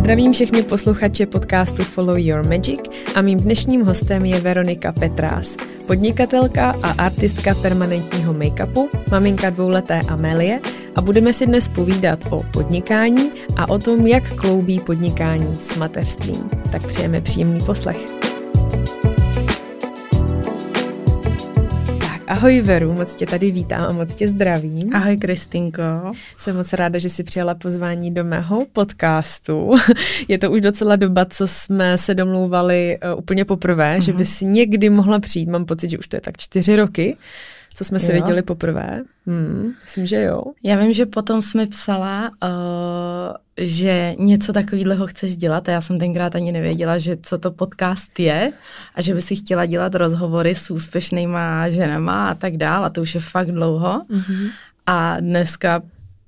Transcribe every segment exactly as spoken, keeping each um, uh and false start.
Zdravím všechny posluchače podcastu Follow Your Magic a mým dnešním hostem je Veronika Petrás, podnikatelka a artistka permanentního make-upu, maminka dvouleté Amélie a budeme si dnes povídat o podnikání a o tom, jak kloubí podnikání s mateřstvím. Tak přejeme příjemný poslech. Ahoj Veru, moc tě tady vítám a moc tě zdravím. Ahoj Kristýnko. Jsem moc ráda, že jsi přijala pozvání do mého podcastu. Je to už docela doba, co jsme se domlouvali uh, úplně poprvé, mm-hmm. že bys někdy mohla přijít. Mám pocit, že už to je tak čtyři roky, co jsme se viděli poprvé. Hmm, myslím, že jo. Já vím, že potom jsi mi psala, uh, že něco takového chceš dělat a já jsem tenkrát ani nevěděla, že co to podcast je a že by si chtěla dělat rozhovory s úspěšnýma ženama a tak dál a to už je fakt dlouho. Mm-hmm. A dneska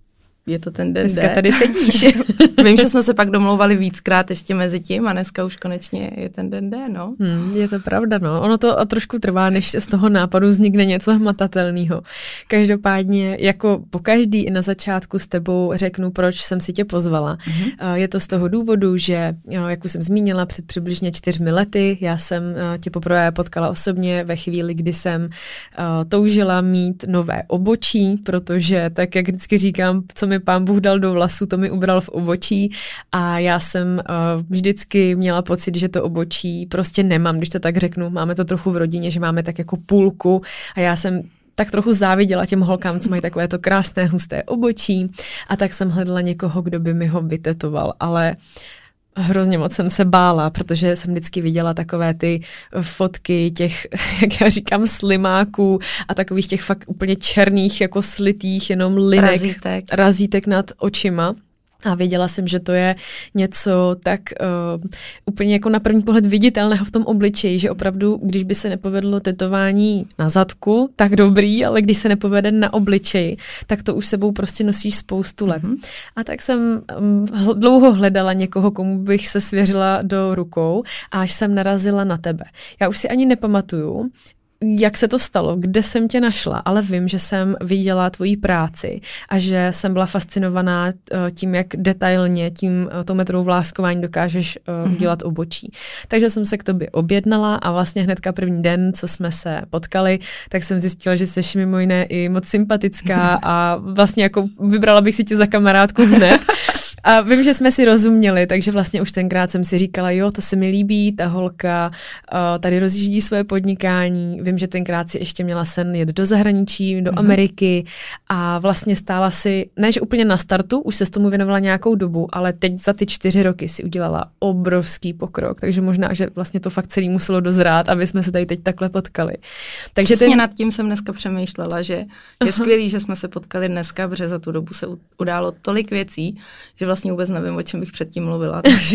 je to ten den Dneska D. tady sedíš. Vím, že jsme se pak domlouvali víckrát ještě mezi tím a dneska už konečně je ten den D, no. Hmm, je to pravda, no. Ono to trošku trvá, než z toho nápadu vznikne něco hmatatelného. Každopádně, jako pokaždý i na začátku s tebou řeknu, proč jsem si tě pozvala. Mm-hmm. Je to z toho důvodu, že, jak už jsem zmínila, před přibližně čtyřmi lety, já jsem tě poprvé potkala osobně ve chvíli, kdy jsem toužila mít nové obočí, protože tak, jak vždycky říkám, co mi pán Bůh dal do vlasu, to mi ubral v obočí a já jsem uh, vždycky měla pocit, že to obočí prostě nemám, když to tak řeknu. Máme to trochu v rodině, že máme tak jako půlku a já jsem tak trochu záviděla těm holkám, co mají takové to krásné husté obočí a tak jsem hledala někoho, kdo by mi ho vytetoval, ale hrozně moc jsem se bála, protože jsem vždycky viděla takové ty fotky těch, jak já říkám, slimáků a takových těch fakt úplně černých, jako slitých, jenom linek, razítek, razítek nad očima. A věděla jsem, že to je něco tak uh, úplně jako na první pohled viditelného v tom obličeji, že opravdu, když by se nepovedlo tetování na zadku, tak dobrý, ale když se nepovede na obličeji, tak to už sebou prostě nosíš spoustu let. Mm-hmm. A tak jsem um, dlouho hledala někoho, komu bych se svěřila do rukou, až jsem narazila na tebe. Já už si ani nepamatuju, jak se to stalo, kde jsem tě našla, ale vím, že jsem viděla tvoji práci a že jsem byla fascinovaná tím, jak detailně tím tou metodou vláskování dokážeš mm-hmm. udělat obočí. Takže jsem se k tobě objednala a vlastně hnedka první den, co jsme se potkali, tak jsem zjistila, že jsi mimo jiné i moc sympatická a vlastně jako vybrala bych si tě za kamarádku hned. A vím, že jsme si rozuměli, takže vlastně už tenkrát jsem si říkala, jo, to se mi líbí, ta holka uh, tady rozjíždí svoje podnikání. Vím, že tenkrát si ještě měla sen jet do zahraničí, do mm-hmm. Ameriky a vlastně stála si, ne že úplně na startu, už se s tomu věnovala nějakou dobu, ale teď za ty čtyři roky si udělala obrovský pokrok, takže možná, že vlastně to fakt celý muselo dozrát, aby jsme se tady teď takhle potkali. Takže Přesně ten... nad tím jsem dneska přemýšlela, že je Aha. skvělý, že jsme se potkali dneska, protože za tu dobu se událo tolik věcí, že vlastně vůbec nevím, o čem bych předtím mluvila. Takže,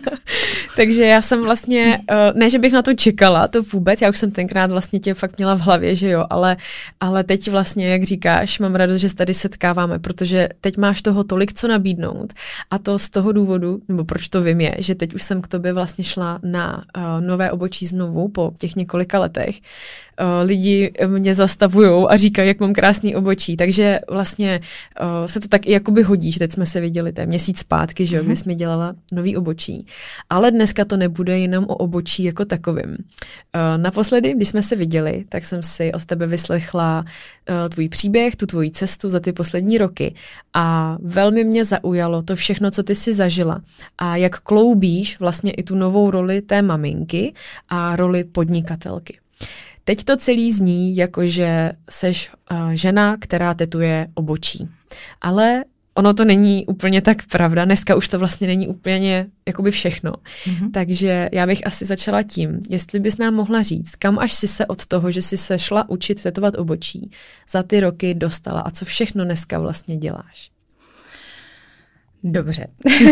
takže já jsem vlastně, ne, že bych na to čekala, to vůbec, já už jsem tenkrát vlastně tě fakt měla v hlavě, že jo, ale, ale teď vlastně, jak říkáš, mám radost, že se tady setkáváme, protože teď máš toho tolik, co nabídnout a to z toho důvodu, nebo proč to vím je, že teď už jsem k tobě vlastně šla na uh, nové obočí znovu po těch několika letech. Uh, lidi mě zastavujou a říkají, jak mám krásný obočí, takže vlastně uh, se to tak i jakoby hodí, že teď jsme se viděli, to je měsíc zpátky, že jo, kdy jsme dělala nový obočí. Ale dneska to nebude jenom o obočí jako takovým. Uh, naposledy, když jsme se viděli, tak jsem si od tebe vyslechla uh, tvůj příběh, tu tvoji cestu za ty poslední roky a velmi mě zaujalo to všechno, co ty si zažila a jak kloubíš vlastně i tu novou roli té maminky a roli podnikatelky. Teď to celý zní, jakože seš uh, žena, která tetuje obočí. Ale ono to není úplně tak pravda. Dneska už to vlastně není úplně jakoby všechno. Mm-hmm. Takže já bych asi začala tím, jestli bys nám mohla říct, kam až si se od toho, že jsi se šla učit tetovat obočí, za ty roky dostala a co všechno dneska vlastně děláš? Dobře.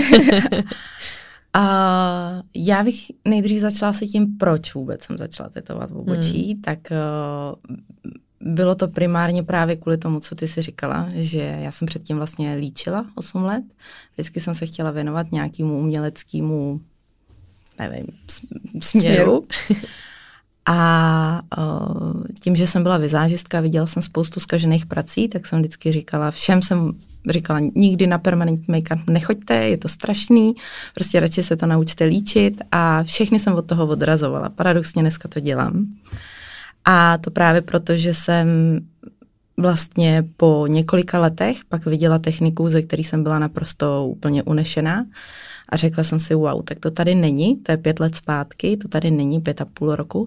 A já bych nejdřív začala se tím, proč vůbec jsem začala tetovat v obočí, hmm. tak uh, bylo to primárně právě kvůli tomu, co ty jsi říkala, že já jsem předtím vlastně líčila osm let. Vždycky jsem se chtěla věnovat nějakému uměleckému, nevím, směru. A uh, tím, že jsem byla vizážistka, viděla jsem spoustu zkažených prací, tak jsem vždycky říkala, všem jsem říkala, nikdy na permanentní make-up nechoďte, je to strašný, prostě radši se to naučte líčit a všechny jsem od toho odrazovala. Paradoxně dneska to dělám. A to právě proto, že jsem vlastně po několika letech pak viděla techniku, ze který jsem byla naprosto úplně unešená a řekla jsem si, wow, tak to tady není, to je pět let zpátky, to tady není pět a půl roku.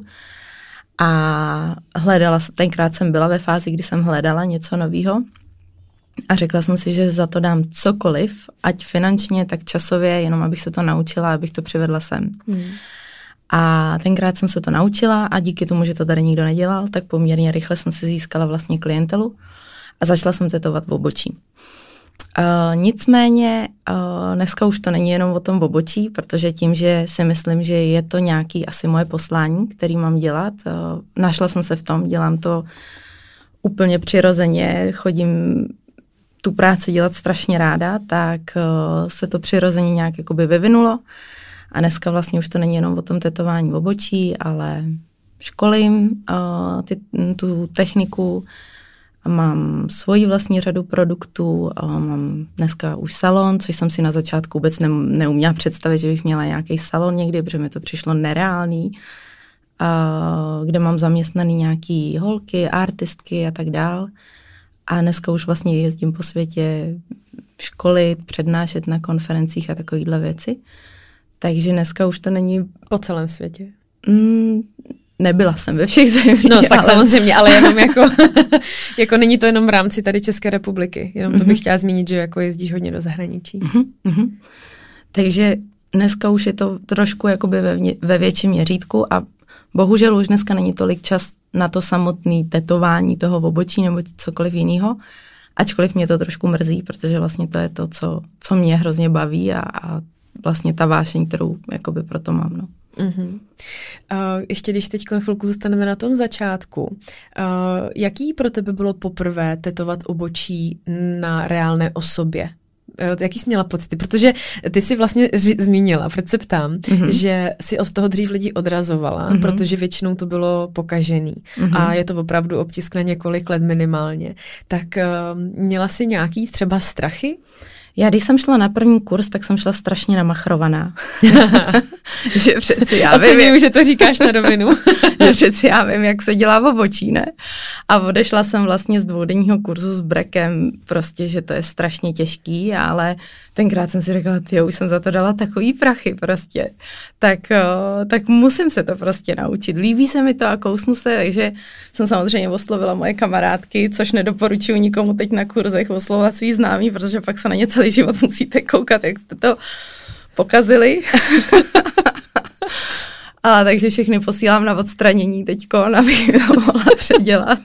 A hledala, tenkrát jsem byla ve fázi, kdy jsem hledala něco nového a řekla jsem si, že za to dám cokoliv, ať finančně, tak časově, jenom abych se to naučila, abych to přivedla sem. Hmm. A tenkrát jsem se to naučila a díky tomu, že to tady nikdo nedělal, tak poměrně rychle jsem si získala vlastně klientelu a začala jsem tetovat v obočí. Uh, nicméně uh, dneska už to není jenom o tom obočí, protože tím, že si myslím, že je to nějaký asi moje poslání, který mám dělat, uh, našla jsem se v tom, dělám to úplně přirozeně, chodím tu práci dělat strašně ráda, tak uh, se to přirozeně nějak jakoby vyvinulo a dneska vlastně už to není jenom o tom tetování v obočí, ale školím uh, ty, tu techniku. Mám svoji vlastní řadu produktů, mám dneska už salon, což jsem si na začátku vůbec ne, neuměla představit, že bych měla nějaký salon někdy, protože mi to přišlo nereálný, a kde mám zaměstnaný nějaký holky, artistky a tak dál. A dneska už vlastně jezdím po světě školit, přednášet na konferencích a takovýhle věci. Takže dneska už to není... Po celém světě? Mm, Nebyla jsem ve všech zemích. No tak ale... samozřejmě, ale jenom jako, jako není to jenom v rámci tady České republiky. Jenom to bych chtěla zmínit, že jako jezdíš hodně do zahraničí. Uh-huh, uh-huh. Takže dneska už je to trošku jakoby ve, ve větším měřítku a bohužel už dneska není tolik čas na to samotné tetování toho obočí nebo cokoliv jiného. Ačkoliv mě to trošku mrzí, protože vlastně to je to, co, co mě hrozně baví a, a vlastně ta vášeň, kterou jakoby proto mám, no. Uh-huh. Uh, ještě když teď chvilku zůstaneme na tom začátku, uh, jaký pro tebe bylo poprvé tetovat obočí na reálné osobě? Uh, jaký jsi měla pocity? Protože ty jsi vlastně ři- zmínila, proč se ptám, uh-huh. že si od toho dřív lidi odrazovala, uh-huh. protože většinou to bylo pokažený uh-huh. a je to opravdu obtisk na několik let minimálně. Tak uh, měla jsi nějaký třeba strachy? Já když jsem šla na první kurz, tak jsem šla strašně namachrovaná. Že přeci já vím, Oceňuju, že to říkáš na rovinu. Že přeci já vím, jak se dělá v obočí, ne? A odešla jsem vlastně z dvoudenního kurzu s brekem, prostě, že to je strašně těžký, ale tenkrát jsem si řekla, tyjo, už jsem za to dala takový prachy prostě. Tak, o, tak musím se to prostě naučit. Líbí se mi to a kousnu se, takže jsem samozřejmě oslovila moje kamarádky, což nedoporučuji nikomu teď na kurzech oslovat svý známý, protože pak se na ně celý život musíte koukat, jak jste to pokazili. A takže všechny posílám na odstranění teďko, abych to mohla předělat.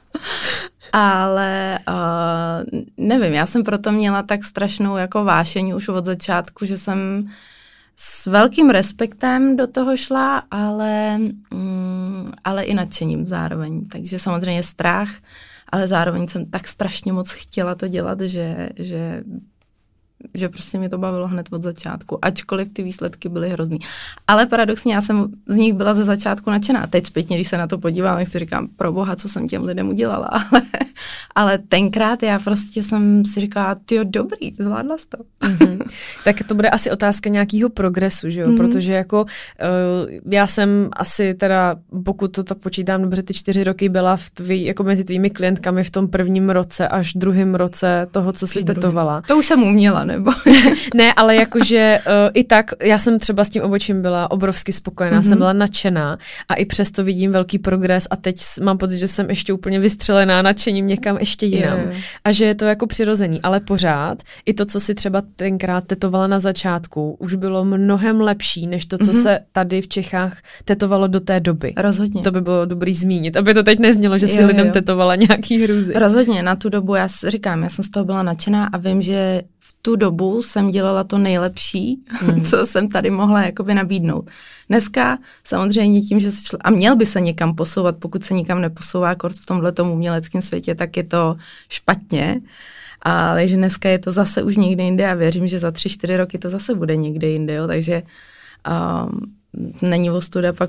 Ale uh, nevím, já jsem proto měla tak strašnou jako vášeň už od začátku, že jsem s velkým respektem do toho šla, ale, mm, ale i nadšením zároveň. Takže samozřejmě strach, ale zároveň jsem tak strašně moc chtěla to dělat, že, že že prostě mě to bavilo hned od začátku, ačkoliv ty výsledky byly hrozný. Ale paradoxně já jsem z nich byla ze začátku nadšená. Teď zpětně, když se na to podívám, tak si říkám, pro boha, co jsem těm lidem udělala. Ale, ale tenkrát já prostě jsem si říkala, tyjo, dobrý, zvládla jsi to. Mm-hmm. Tak to bude asi otázka nějakého progresu, že jo? Mm-hmm. Protože jako uh, já jsem asi teda, pokud to tak počítám dobře, ty čtyři roky byla v tvý, jako mezi tvými klientkami v tom prvním roce až druhém roce toho, co jsi tetovala. To už jsem uměla, nebo? Ne, ale jakože uh, i tak, já jsem třeba s tím obočím byla obrovsky spokojená, mm-hmm. jsem byla nadšená a i přesto vidím velký progres a teď mám pocit, že jsem ještě úplně vystřelená nadšením někam ještě jinam. Yeah. A že je to jako přirozený, ale pořád i to, co si třeba tenkrát tetovala na začátku, už bylo mnohem lepší, než to, co mm-hmm. se tady v Čechách tetovalo do té doby. Rozhodně. To by bylo dobrý zmínit, aby to teď neznělo, že si jo, lidem jo. tetovala nějaký hrůzy. Rozhodně, na tu dobu, já říkám, já jsem z toho byla nadšená a vím, že v tu dobu jsem dělala to nejlepší, mm. co jsem tady mohla jakoby nabídnout. Dneska samozřejmě tím, že se čl- a měl by se někam posouvat, pokud se nikam neposouvá kort v tomhletom uměleckém světě, tak je to špatně. Ale že dneska je to zase už někde jinde a věřím, že za tři, čtyři roky to zase bude někde jinde, jo? Takže um, není ostuda pak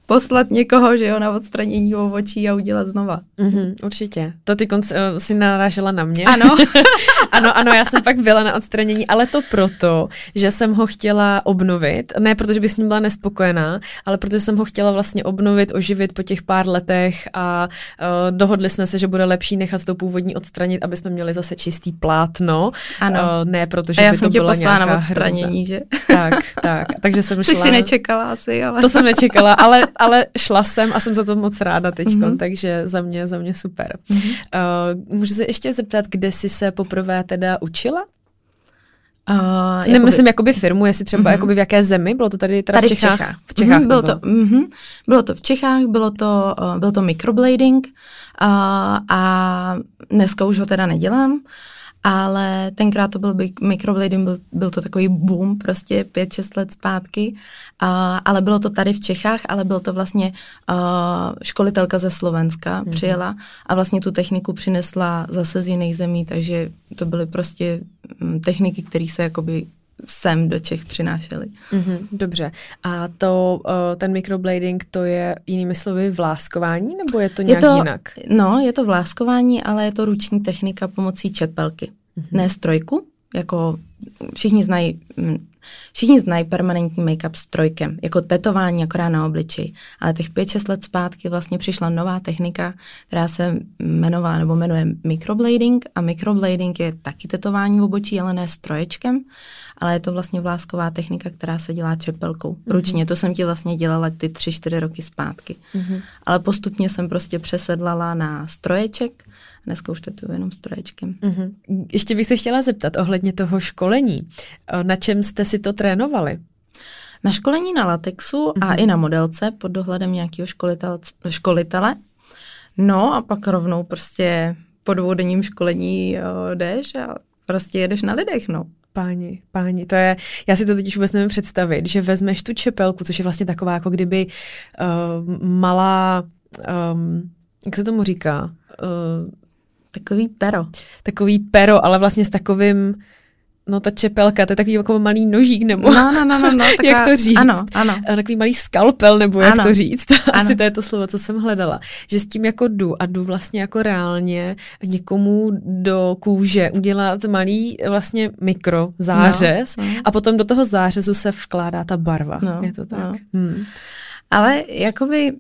poslat někoho, že jo, na odstranění obočí a udělat znova. Mm-hmm, určitě. To ty konc, uh, si narážela na mě. Ano. ano, ano, já jsem pak byla na odstranění, ale to proto, že jsem ho chtěla obnovit. Ne protože bych s ním byla nespokojená, ale protože jsem ho chtěla vlastně obnovit, oživit po těch pár letech a uh, dohodli jsme se, že bude lepší nechat to původní odstranit, aby jsme měli zase čistý plátno. Ano. Uh, ne protože by to byla nějaká na odstranění, hrůza. Že? Tak, tak. Takže jsem Což šla. si nečekala asi, ale... To jsem nečekala, ale, ale šla jsem a jsem za to moc ráda teďkon, mm-hmm. takže za mě, za mě super. Mm-hmm. Uh, můžu se ještě zeptat, kde jsi se poprvé teda učila? Uh, jakoby... Nemyslím jakoby firmu, jestli třeba mm-hmm. jakoby v jaké zemi, bylo to tady, teda tady v Čechách? V Čechách, v Čechách mm-hmm, bylo, to, mm-hmm, bylo to v Čechách, bylo to, uh, byl to microblading uh, a dneska už ho teda nedělám, ale tenkrát to byl microblading, byl, byl to takový boom, prostě pět, šest let zpátky, uh, ale bylo to tady v Čechách, ale bylo to vlastně uh, školitelka ze Slovenska mm-hmm. přijela a vlastně tu techniku přinesla zase z jiných zemí, takže to byly prostě um, techniky, které se jakoby sem do Čech přinášely. Mm-hmm, dobře. A to, uh, ten microblading, to je jinými slovy vláskování, nebo je to nějak je to, jinak? No, je to vláskování, ale je to ruční technika pomocí čepelky. Mm-hmm. Ne strojku, jako všichni znají, všichni znají permanentní make-up s trojkem, jako tetování akorát na obličeji. Ale těch pět, šest let zpátky vlastně přišla nová technika, která se jmenovala nebo jmenuje microblading a microblading je taky tetování v obočí, ale ne s troječkem, ale je to vlastně vlásková technika, která se dělá čepelkou. Ručně, mm-hmm. to jsem ti vlastně dělala ty tři, čtyři roky zpátky. Mm-hmm. Ale postupně jsem prostě přesedlala na stroječek. Dneska už tetuju jenom stroječkem. Mm-hmm. Ještě bych se chtěla zeptat ohledně toho školení. Na čem jste si to trénovali? Na školení na latexu mm-hmm. a i na modelce pod dohledem nějakého školitele. No a pak rovnou prostě po dvoudenním školení jo, jdeš a prostě jedeš na lidech, no. Páni, páni, to je, já si to totiž vůbec nevím představit, že vezmeš tu čepelku, což je vlastně taková jako kdyby uh, malá, um, jak se tomu říká? Uh, Takový pero. Takový pero, ale vlastně s takovým, no ta čepelka, to je takový jako malý nožík, nebo no, no, no, no, no, taková, jak to říct? Ano, ano. Takový malý skalpel, nebo jak ano. to říct? Asi ano. to je to slovo, co jsem hledala. Že s tím jako jdu a jdu vlastně jako reálně někomu do kůže udělat malý vlastně mikrozářez no, no. a potom do toho zářezu se vkládá ta barva. No, je to tak? No. Hmm. Ale jakoby,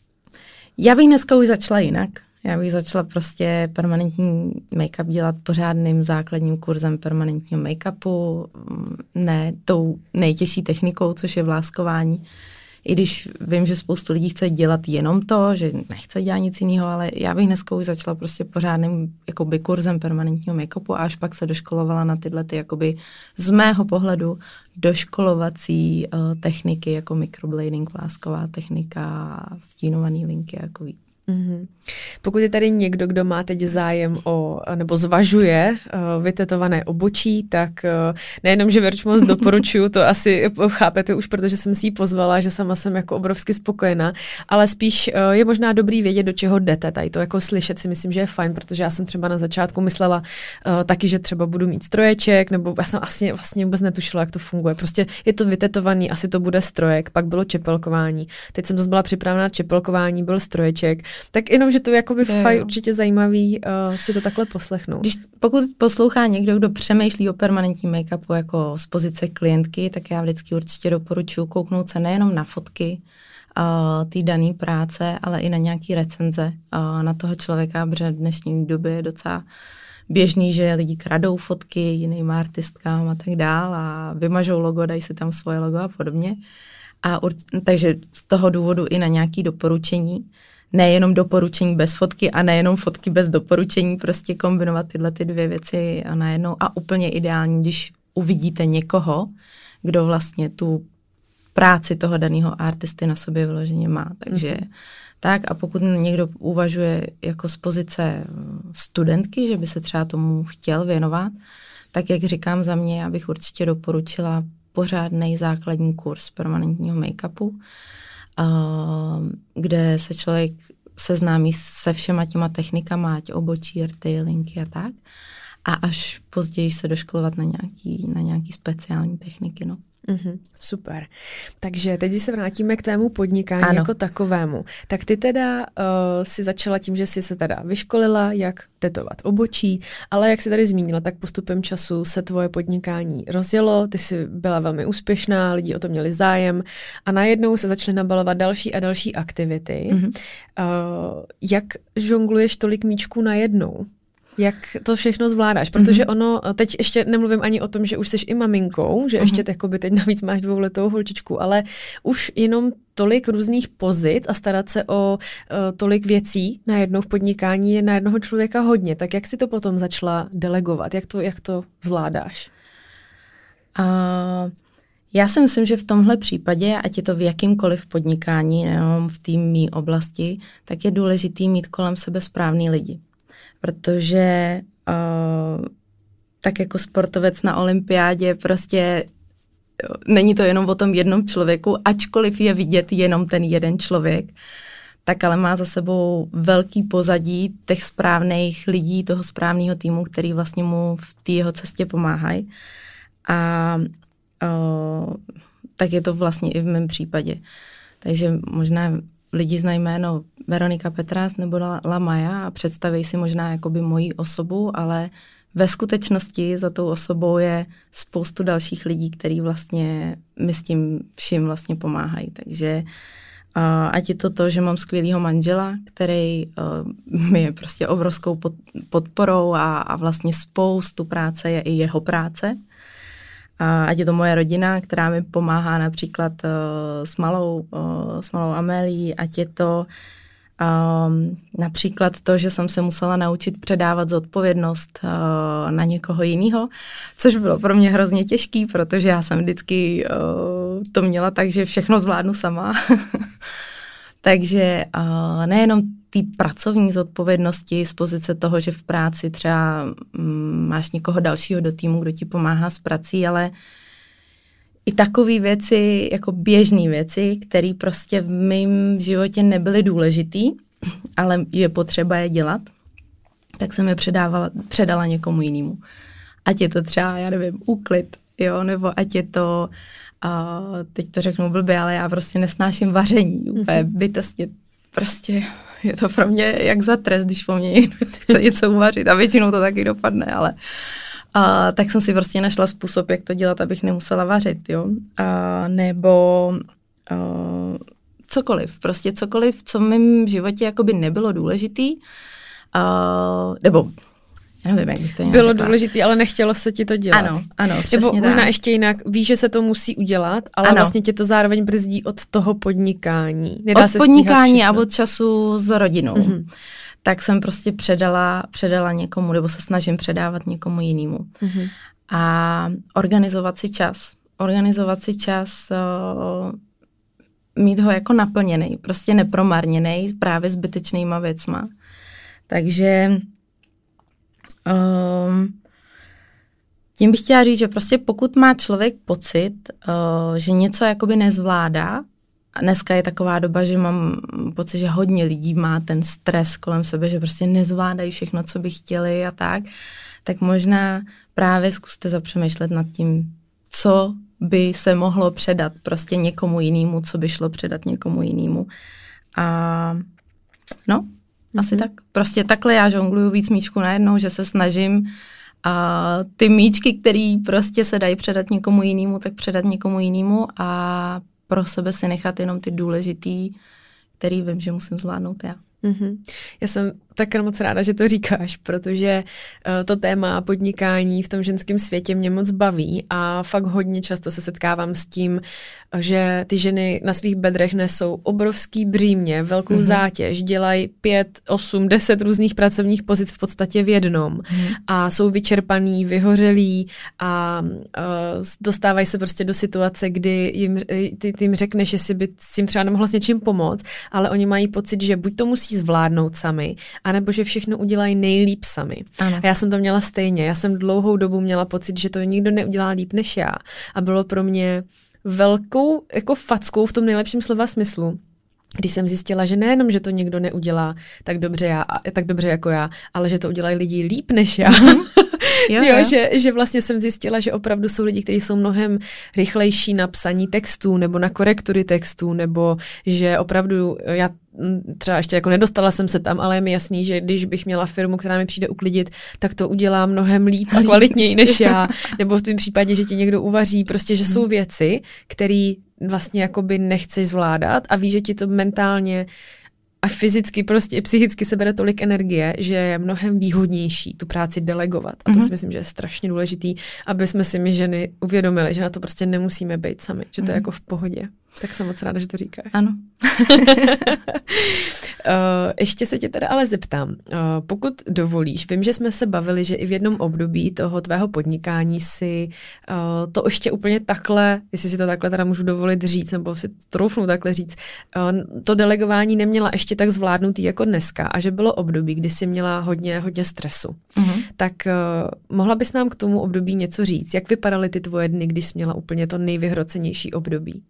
já bych dneska už začala jinak. Já bych začala prostě permanentní make-up dělat pořádným základním kurzem permanentního make-upu, ne tou nejtěžší technikou, což je vláskování. I když vím, že spoustu lidí chce dělat jenom to, že nechce dělat nic jiného, ale já bych dneska už začala prostě pořádným jakoby kurzem permanentního make-upu a až pak se doškolovala na tyhle ty jakoby z mého pohledu doškolovací uh, techniky, jako microblading, vlásková technika, stínovaný linky jako víc. Mm-hmm. Pokud je tady někdo, kdo má teď zájem o, nebo zvažuje uh, vytetované obočí, tak uh, nejenom, že Verč moc doporučuju, to asi chápete už, protože jsem si ji pozvala, že sama jsem jako obrovsky spokojená, ale spíš uh, je možná dobrý vědět, do čeho jdete. Tady to jako slyšet si myslím, že je fajn, protože já jsem třeba na začátku myslela uh, taky, že třeba budu mít stroječek, nebo já jsem asi vlastně vůbec netušila, jak to funguje. Prostě je to vytetovaný, asi to bude strojek, pak bylo čepelkování. Teď jsem zase byla připravena na čepelkování, byl stroječek. Tak jenom, že to je jakoby fajn, určitě zajímavý uh, si to takhle poslechnout. Když, pokud poslouchá někdo, kdo přemýšlí o permanentním make-upu jako z pozice klientky, tak já vždycky určitě doporučuji kouknout se nejenom na fotky uh, té dané práce, ale i na nějaký recenze uh, na toho člověka, protože v dnešní době je docela běžný, že lidi kradou fotky jiným artistkám a tak dál a vymažou logo, dají si tam svoje logo a podobně. A urč- takže z toho důvodu i na nějaké doporučení, nejenom doporučení bez fotky a nejenom fotky bez doporučení, prostě kombinovat tyhle ty dvě věci a najednou. A úplně ideální, když uvidíte někoho, kdo vlastně tu práci toho daného artisty na sobě vyloženě má. Takže mm-hmm. tak a pokud někdo uvažuje jako z pozice studentky, že by se třeba tomu chtěl věnovat, tak jak říkám za mě, já bych určitě doporučila pořádnej základní kurz permanentního make-upu, Uh, kde se člověk seznámí se všema těma technikama, ať obočí, rty, linky a tak. A až později se doškolovat na nějaký, na nějaký speciální techniky, no. Mm-hmm, super. Takže teď se vrátíme k tvému podnikání ano. jako takovému. Tak ty teda uh, si začala tím, že jsi se teda vyškolila, jak tetovat obočí, ale jak jsi tady zmínila, tak postupem času se tvoje podnikání rozjelo, ty jsi byla velmi úspěšná, lidi o to měli zájem a najednou se začaly nabalovat další a další aktivity. Mm-hmm. Uh, jak žongluješ tolik míčků najednou? Jak to všechno zvládáš? Protože mm-hmm. ono, teď ještě nemluvím ani o tom, že už jsi i maminkou, že mm-hmm. ještě jakoby teď navíc máš dvouletou holčičku, ale už jenom tolik různých pozic a starat se o uh, tolik věcí najednou v podnikání je na jednoho člověka hodně. Tak jak jsi to potom začala delegovat? Jak to, jak to zvládáš? Uh, já si myslím, že v tomhle případě, ať je to v jakýmkoliv podnikání, nejenom v té mý oblasti, tak je důležitý mít kolem sebe správný lidi. Protože uh, tak jako sportovec na olympiádě prostě není to jenom o tom jednom člověku, ačkoliv je vidět jenom ten jeden člověk, tak ale má za sebou velký pozadí těch správných lidí, toho správného týmu, který vlastně mu v té jeho cestě pomáhají. A uh, tak je to vlastně i v mém případě. Takže možná lidi znají jméno Veronika Petras nebo La Maja a představí si možná jakoby moji osobu, ale ve skutečnosti za tou osobou je spoustu dalších lidí, kteří vlastně mi s tím vším vlastně pomáhají. Takže uh, ať je to to, že mám skvělýho manžela, který uh, mi je prostě obrovskou pod, podporou a, a vlastně spoustu práce je i jeho práce. A ať je to moje rodina, která mi pomáhá například uh, s malou, uh, s malou Amélií, ať je to um, například to, že jsem se musela naučit předávat zodpovědnost uh, na někoho jiného, což bylo pro mě hrozně těžký, protože já jsem vždycky uh, to měla tak, že všechno zvládnu sama. Takže uh, nejenom té pracovní zodpovědnosti z pozice toho, že v práci třeba um, máš někoho dalšího do týmu, kdo ti pomáhá s prací, ale i takové věci, jako běžné věci, které prostě v mém životě nebyly důležitý, ale je potřeba je dělat, tak jsem je předávala, předala někomu jinému. Ať je to třeba, já nevím, úklid, jo, nebo ať je to, uh, teď to řeknu blbě, ale já prostě nesnáším vaření, úplně bytostně, prostě je to pro mě jak za trest, když po mně někdo chce něco uvařit a většinou to taky dopadne, ale uh, tak jsem si prostě našla způsob, jak to dělat, abych nemusela vařit, jo, uh, nebo uh, cokoliv, prostě cokoliv, co v mém životě jakoby nebylo důležitý, uh, nebo já nevím, jak bych to Bylo řekla. důležitý, ale nechtělo se ti to dělat. Ano, ano, přesně Nebo tak. možná ještě jinak, víš, že se to musí udělat, ale ano. vlastně tě to zároveň brzdí od toho podnikání. Nedá od se podnikání a od času s rodinou. Mm-hmm. Tak jsem prostě předala, předala někomu, nebo se snažím předávat někomu jinému. Mm-hmm. A organizovat si čas. Organizovat si čas, uh, mít ho jako naplněný, prostě nepromarněný právě zbytečnýma věcma. Takže Um, tím bych chtěla říct, že prostě pokud má člověk pocit, uh, že něco jakoby nezvládá, a dneska je taková doba, že mám pocit, že hodně lidí má ten stres kolem sebe, že prostě nezvládají všechno, co by chtěli a tak, tak možná právě zkuste zapřemýšlet nad tím, co by se mohlo předat prostě někomu jinému, co by šlo předat někomu jinému. A no, asi mm-hmm. tak. Prostě takhle já žongluju víc míčků najednou, že se snažím a ty míčky, které prostě se dají předat někomu jinému, tak předat někomu jinému a pro sebe si nechat jenom ty důležitý, který vím, že musím zvládnout já. Mm-hmm. Já jsem tak moc ráda, že to říkáš, protože uh, to téma podnikání v tom ženském světě mě moc baví a fakt hodně často se setkávám s tím, že ty ženy na svých bedrech nesou obrovský břímě, velkou mm-hmm. zátěž, dělají pět, osm, deset různých pracovních pozic v podstatě v jednom mm-hmm. a jsou vyčerpaný, vyhořelí a uh, dostávají se prostě do situace, kdy jim, ty, ty jim řekneš, jestli by s tím třeba nemohla s něčím pomoct, ale oni mají pocit, že buď to musí zvládnout sami, anebo že všechno udělají nejlíp sami. Ano. A já jsem to měla stejně. Já jsem dlouhou dobu měla pocit, že to nikdo neudělá líp než já. A bylo pro mě velkou jako fackou v tom nejlepším slova smyslu, když jsem zjistila, že nejenom, že to někdo neudělá tak dobře, já, tak dobře jako já, ale že to udělají lidi líp než já. jo, jo, jo. že, že vlastně jsem zjistila, že opravdu jsou lidi, kteří jsou mnohem rychlejší na psaní textů nebo na korektury textů, nebo že opravdu já třeba ještě jako nedostala jsem se tam, ale je mi jasný, že když bych měla firmu, která mi přijde uklidit, tak to udělá mnohem líp a kvalitněji než já. Nebo v tom případě, že ti někdo uvaří, prostě, že jsou věci, které vlastně jakoby nechceš zvládat a víš, že ti to mentálně a fyzicky, prostě i psychicky se bere tolik energie, že je mnohem výhodnější tu práci delegovat. A to mm-hmm. si myslím, že je strašně důležitý, aby jsme si my ženy uvědomili, že na to prostě nemusíme být sami, že to mm-hmm. je jako v pohodě. Tak jsem moc ráda, že to říkáš. Ano. Uh, ještě se tě teda ale zeptám, uh, pokud dovolíš, vím, že jsme se bavili, že i v jednom období toho tvého podnikání si uh, to ještě úplně takhle, jestli si to takhle teda můžu dovolit říct, nebo si troufnu takhle říct, uh, to delegování neměla ještě tak zvládnutý jako dneska a že bylo období, kdy jsi měla hodně, hodně stresu. Uh-huh. Tak uh, mohla bys nám k tomu období něco říct? Jak vypadaly ty tvoje dny, když jsi měla úplně to nejvyhrocenější období?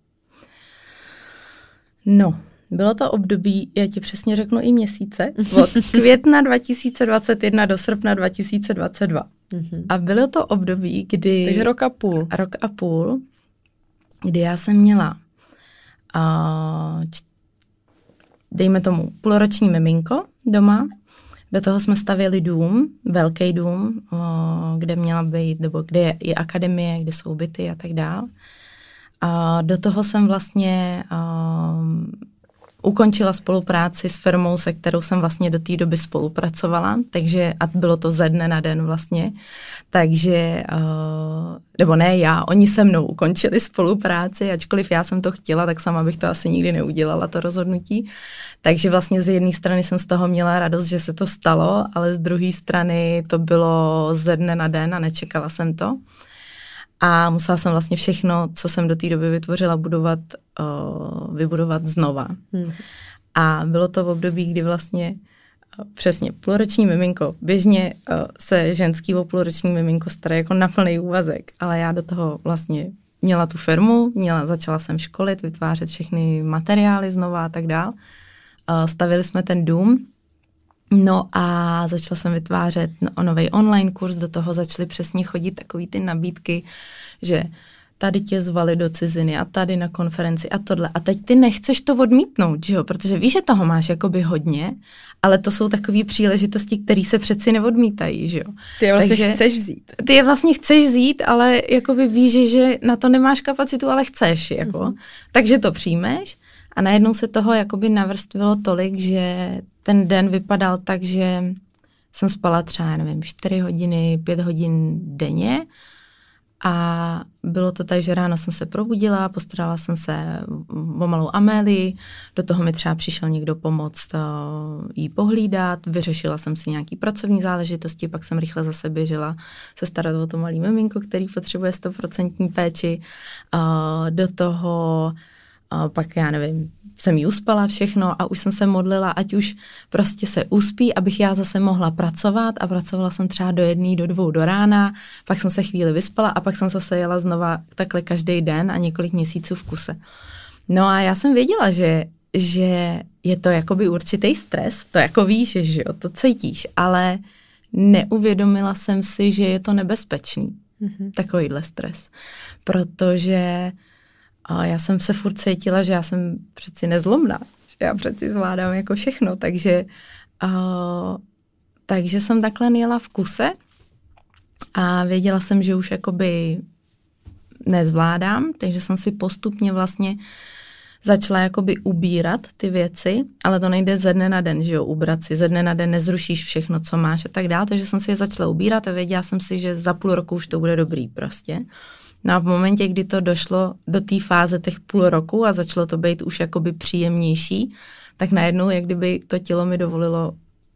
No, bylo to období, já ti přesně řeknu i měsíce, od května dva tisíce dvacet jedna do srpna dva tisíce dvacet dva. Mm-hmm. A bylo to období, kdy... Takže rok a půl. Rok a půl, kdy já jsem měla, uh, č- dejme tomu, půlroční miminko doma. Do toho jsme stavěli dům, velký dům, uh, kde měla být, nebo kde je i akademie, kde jsou byty a tak dál. A do toho jsem vlastně uh, ukončila spolupráci s firmou, se kterou jsem vlastně do té doby spolupracovala, takže a bylo to ze dne na den vlastně, takže, uh, nebo ne já, oni se mnou ukončili spolupráci, ačkoliv já jsem to chtěla, tak sama bych to asi nikdy neudělala, to rozhodnutí. Takže vlastně z jedné strany jsem z toho měla radost, že se to stalo, ale z druhé strany to bylo ze dne na den a nečekala jsem to. A musela jsem vlastně všechno, co jsem do té doby vytvořila, budovat, uh, vybudovat znova. Hmm. A bylo to v období, kdy vlastně uh, přesně půlroční miminko, běžně uh, se ženský o půlroční miminko stará jako na plný úvazek, ale já do toho vlastně měla tu firmu, měla, začala jsem školit, vytvářet všechny materiály znova a tak dál. Uh, stavili jsme ten dům. No a začala jsem vytvářet no, nový online kurz, do toho začaly přesně chodit takový ty nabídky, že tady tě zvali do ciziny a tady na konferenci a tohle. A teď ty nechceš to odmítnout, že jo? Protože víš, že toho máš jakoby hodně, ale to jsou takové příležitosti, které se přeci neodmítají, že jo? Ty je vlastně Takže, chceš vzít. Ty je vlastně chceš vzít, ale jakoby víš, že na to nemáš kapacitu, ale chceš, jako. Mm-hmm. Takže to přijmeš a najednou se toho jakoby navrstvilo tolik, že ten den vypadal tak, že jsem spala třeba, nevím, čtyři hodiny, pět hodin denně a bylo to tak, že ráno jsem se probudila, postarala jsem se o malou Amélii, do toho mi třeba přišel někdo pomoct jí pohlídat, vyřešila jsem si nějaký pracovní záležitosti, pak jsem rychle zase běžela se starat o to malý miminko, který potřebuje stoprocentní péči, do toho pak já nevím, jsem jí uspala všechno a už jsem se modlila, ať už prostě se uspí, abych já zase mohla pracovat a pracovala jsem třeba do jedné, do dvou do rána, pak jsem se chvíli vyspala a pak jsem zase jela znova takhle každý den a několik měsíců v kuse. No a já jsem věděla, že, že je to jakoby určitý stres, to jako víš, že jo, to cítíš, ale neuvědomila jsem si, že je to nebezpečný, mm-hmm. takovýhle stres, protože a já jsem se furt cítila, že já jsem přeci nezlomná, že já přeci zvládám jako všechno, takže, uh, takže jsem takhle jela v kuse a věděla jsem, že už jakoby nezvládám, takže jsem si postupně vlastně začala jakoby ubírat ty věci, ale to nejde ze dne na den, že jo, ubrat si, ze dne na den nezrušíš všechno, co máš a tak dál, takže jsem si je začala ubírat a věděla jsem si, že za půl roku už to bude dobrý prostě. No a v momentě, kdy to došlo do té fáze těch půl roku a začalo to být už jakoby příjemnější, tak najednou, jak kdyby to tělo mi dovolilo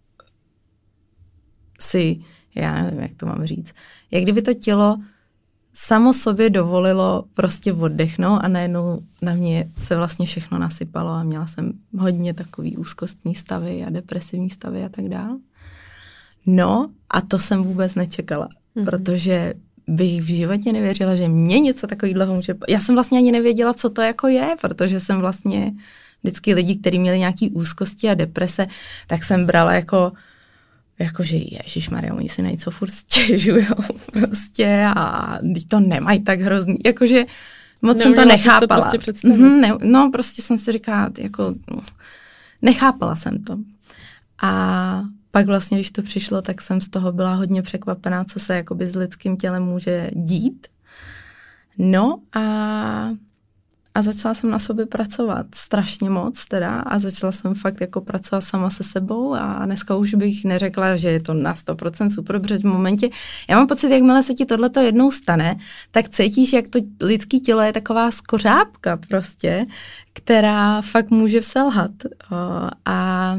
si, já nevím, jak to mám říct, jak kdyby to tělo samo sobě dovolilo prostě oddechnout a najednou na mě se vlastně všechno nasypalo a měla jsem hodně takový úzkostní stavy a depresivní stavy a tak dál. No a to jsem vůbec nečekala, mm-hmm. protože bych v životě nevěřila, že mě něco takového může... Já jsem vlastně ani nevěděla, co to jako je, protože jsem vlastně vždycky lidi, kteří měli nějaký úzkosti a deprese, tak jsem brala jako, jakože ježišmarja, oni si na něco furt stěžujou prostě a to nemají tak hrozný, jakože moc jsem to nechápala. To prostě mm-hmm, ne, no prostě jsem si říkala, jako nechápala jsem to. A pak vlastně, když to přišlo, tak jsem z toho byla hodně překvapená, co se jakoby s lidským tělem může dít. No a, a začala jsem na sobě pracovat strašně moc teda a začala jsem fakt jako pracovat sama se sebou a dneska už bych neřekla, že je to na sto procent super, protože v momentě, já mám pocit, jakmile se ti tohleto jednou stane, tak cítíš, jak to lidské tělo je taková skořápka prostě, která fakt může selhat a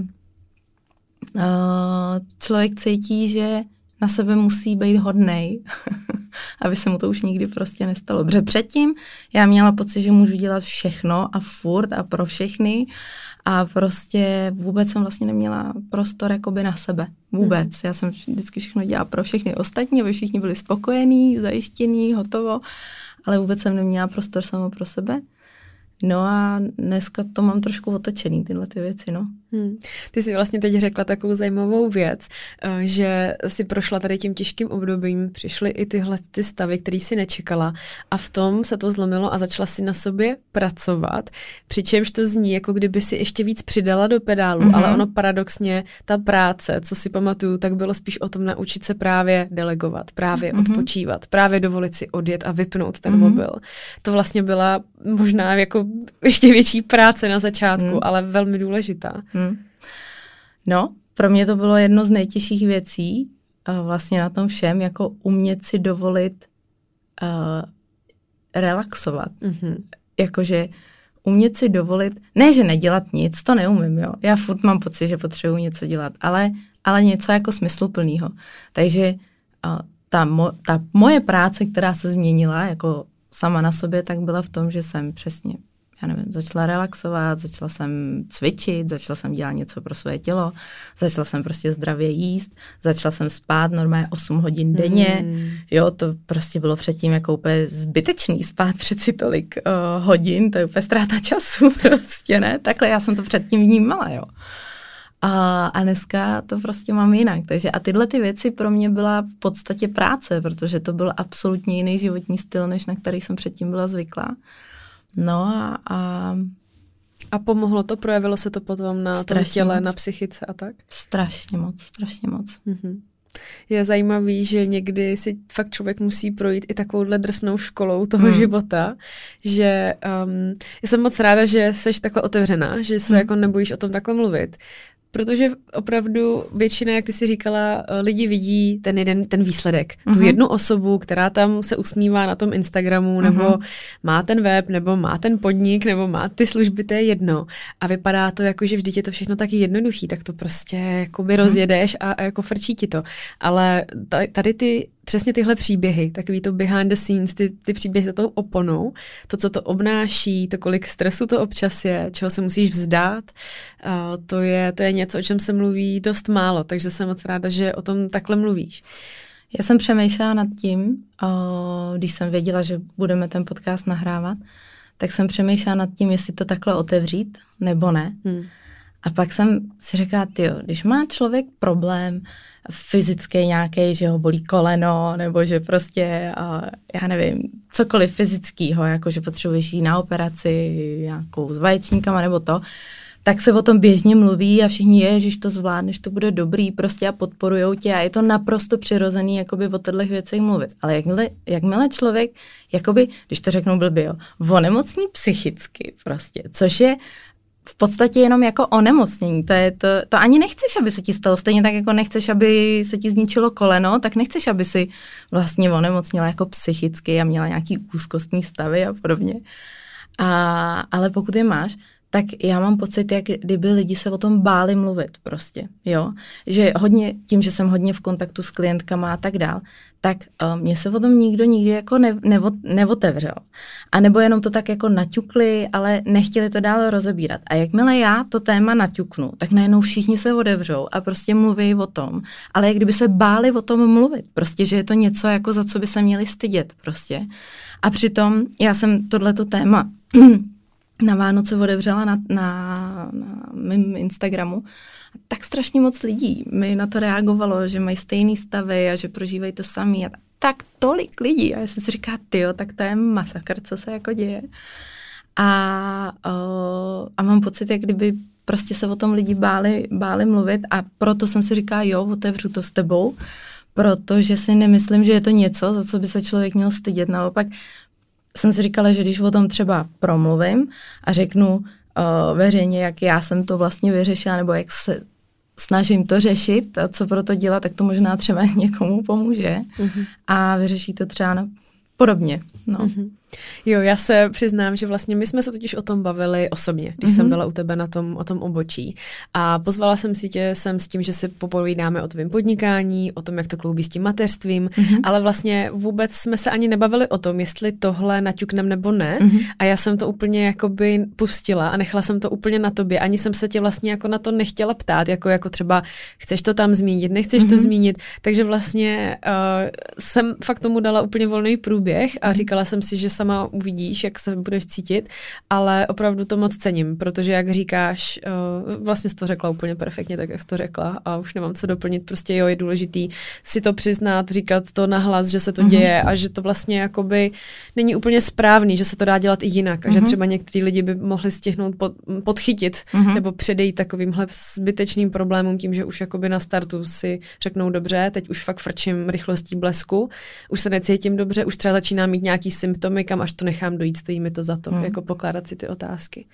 člověk cítí, že na sebe musí být hodnej, aby se mu to už nikdy prostě nestalo. Protože předtím já měla pocit, že můžu dělat všechno a furt a pro všechny a prostě vůbec jsem vlastně neměla prostor jakoby na sebe. Vůbec. Mm. Já jsem vždycky všechno dělala pro všechny ostatní, aby všichni byli spokojení, zajištění, hotovo, ale vůbec jsem neměla prostor samo pro sebe. No a dneska to mám trošku otočený, tyhle ty věci, no. Hmm. Ty jsi vlastně teď řekla takovou zajímavou věc, že si prošla tady tím těžkým obdobím, přišly i tyhle ty stavy, které si nečekala a v tom se to zlomilo a začala si na sobě pracovat, přičemž to zní, jako kdyby si ještě víc přidala do pedálu, mm-hmm. ale ono paradoxně, ta práce, co si pamatuju, tak bylo spíš o tom naučit se právě delegovat, právě mm-hmm. odpočívat, právě dovolit si odjet a vypnout ten mm-hmm. mobil. To vlastně byla možná jako ještě větší práce na začátku, mm. ale velmi důležitá. Mm. No, pro mě to bylo jedno z nejtěžších věcí uh, vlastně na tom všem, jako umět si dovolit uh, relaxovat. Mm-hmm. Jakože umět si dovolit, ne, že nedělat nic, to neumím, jo. Já furt mám pocit, že potřebuji něco dělat, ale, ale něco jako smysluplného. Takže uh, ta, mo, ta moje práce, která se změnila jako sama na sobě, tak byla v tom, že jsem přesně, já nevím, začala relaxovat, začala jsem cvičit, začala jsem dělat něco pro své tělo, začala jsem prostě zdravě jíst, začala jsem spát normálně osm hodin denně, mm. jo, to prostě bylo předtím jako úplně zbytečný spát přeci tolik uh, hodin, to je úplně ztráta času prostě, ne, takhle já jsem to předtím vnímala, jo. A, a dneska to prostě mám jinak. Takže a tyhle ty věci pro mě byla v podstatě práce, protože to byl absolutně jiný životní styl, než na který jsem předtím byla zvyklá. No a... A, a pomohlo to? Projevilo se to potom na tom těle, moc. Na psychice a tak? Strašně moc, strašně moc. Mhm. Je zajímavý, že někdy si fakt člověk musí projít i takovouhle drsnou školou toho hmm. života, že um, já jsem moc ráda, že jsi takhle otevřená, že se hmm. jako nebojíš o tom takhle mluvit. Protože opravdu většina, jak ty si říkala, lidi vidí ten jeden, ten výsledek. Uh-huh. Tu jednu osobu, která tam se usmívá na tom Instagramu, uh-huh. nebo má ten web, nebo má ten podnik, nebo má ty služby, to je jedno. A vypadá to jako, že vždyť je to všechno taky jednoduchý, tak to prostě jakoby uh-huh. rozjedeš a, a jako frčí ti to. Ale tady ty přesně tyhle příběhy, takový to behind the scenes, ty, ty příběhy za tou oponou, to, co to obnáší, to, kolik stresu to občas je, čeho se musíš vzdát, uh, to, je, to je něco, o čem se mluví dost málo, takže jsem moc ráda, že o tom takhle mluvíš. Já jsem přemýšlela nad tím, uh, když jsem věděla, že budeme ten podcast nahrávat, tak jsem přemýšlela nad tím, jestli to takhle otevřít, nebo ne. Hmm. A pak jsem si řekla, tyjo, když má člověk problém fyzický nějaký, že ho bolí koleno, nebo že prostě, já nevím, cokoliv fyzického, jako že potřebuješ jít na operaci nějakou s vaječníkama nebo to, tak se o tom běžně mluví a všichni je, že to zvládneš, to bude dobrý prostě a podporujou tě a je to naprosto přirozený jakoby o těchto věcech mluvit. Ale jakmile, jakmile člověk, jakoby, když to řeknu blbě, jo, onemocní psychicky prostě, což je v podstatě jenom jako onemocnění. To, je to, to ani nechceš, aby se ti stalo. Stejně tak, jako nechceš, aby se ti zničilo koleno, tak nechceš, aby si vlastně onemocnila jako psychicky a měla nějaký úzkostní stavy a podobně. A, ale pokud je máš, tak já mám pocit, jak kdyby lidi se o tom báli mluvit prostě, jo. Že hodně, tím, že jsem hodně v kontaktu s klientkama a tak dál, tak uh, mě se o tom nikdo nikdy jako ne, nevo, neotevřel. A nebo jenom to tak jako naťukli, ale nechtěli to dál rozebírat. A jakmile já to téma naťuknu, tak najednou všichni se odevřou a prostě mluví o tom. Ale jak kdyby se báli o tom mluvit. Prostě, že je to něco, jako za co by se měli stydět prostě. A přitom já jsem tohleto téma na Vánoce otevřela na, na, na mým Instagramu tak strašně moc lidí mi na to reagovalo, že mají stejný stavy a že prožívají to samý. A tak tolik lidí. A já jsem si říká, tyjo, tak to je masakr, co se jako děje. A, uh, a mám pocit, jak kdyby prostě se o tom lidi báli, báli mluvit a proto jsem si říká, jo, otevřu to s tebou, protože si nemyslím, že je to něco, za co by se člověk měl stydět. Naopak jsem si říkala, že když o tom třeba promluvím a řeknu uh, veřejně, jak já jsem to vlastně vyřešila, nebo jak se snažím to řešit a co pro to dělat, tak to možná třeba někomu pomůže mm-hmm. a vyřeší to třeba na podobně. No. Mm-hmm. Jo, já se přiznám, že vlastně my jsme se totiž o tom bavili osobně, když mm-hmm. jsem byla u tebe na tom, o tom obočí. A pozvala jsem si tě sem s tím, že si popovídáme o tvém podnikání, o tom, jak to kloubí s tím mateřstvím, mm-hmm. ale vlastně vůbec jsme se ani nebavili o tom, jestli tohle naťuknem nebo ne. Mm-hmm. A já jsem to úplně jakoby pustila a nechala jsem to úplně na tobě. Ani jsem se tě vlastně jako na to nechtěla ptát, jako, jako třeba chceš to tam zmínit, nechceš mm-hmm. to zmínit. Takže vlastně uh, jsem fakt tomu dala úplně volný průběh a říkala jsem si, že sama uvidíš, jak se budeš cítit, ale opravdu to moc cením, protože jak říkáš, vlastně jsi to řekla úplně perfektně, tak jak jsi to řekla a už nemám co doplnit, prostě jo, je důležitý si to přiznat, říkat to nahlas, že se to děje a že to vlastně jakoby není úplně správný, že se to dá dělat i jinak a že třeba některý lidi by mohli stihnout pod, podchytit nebo předejít takovýmhle zbytečným problémům tím, že už jakoby na startu si řeknou dobře, teď už fakt frčím rychlostí blesku, už se necítím dobře, už třeba začíná mít nějaký symptomy, kam až to nechám dojít, stojí mi to za to, hmm. jako pokládat si ty otázky.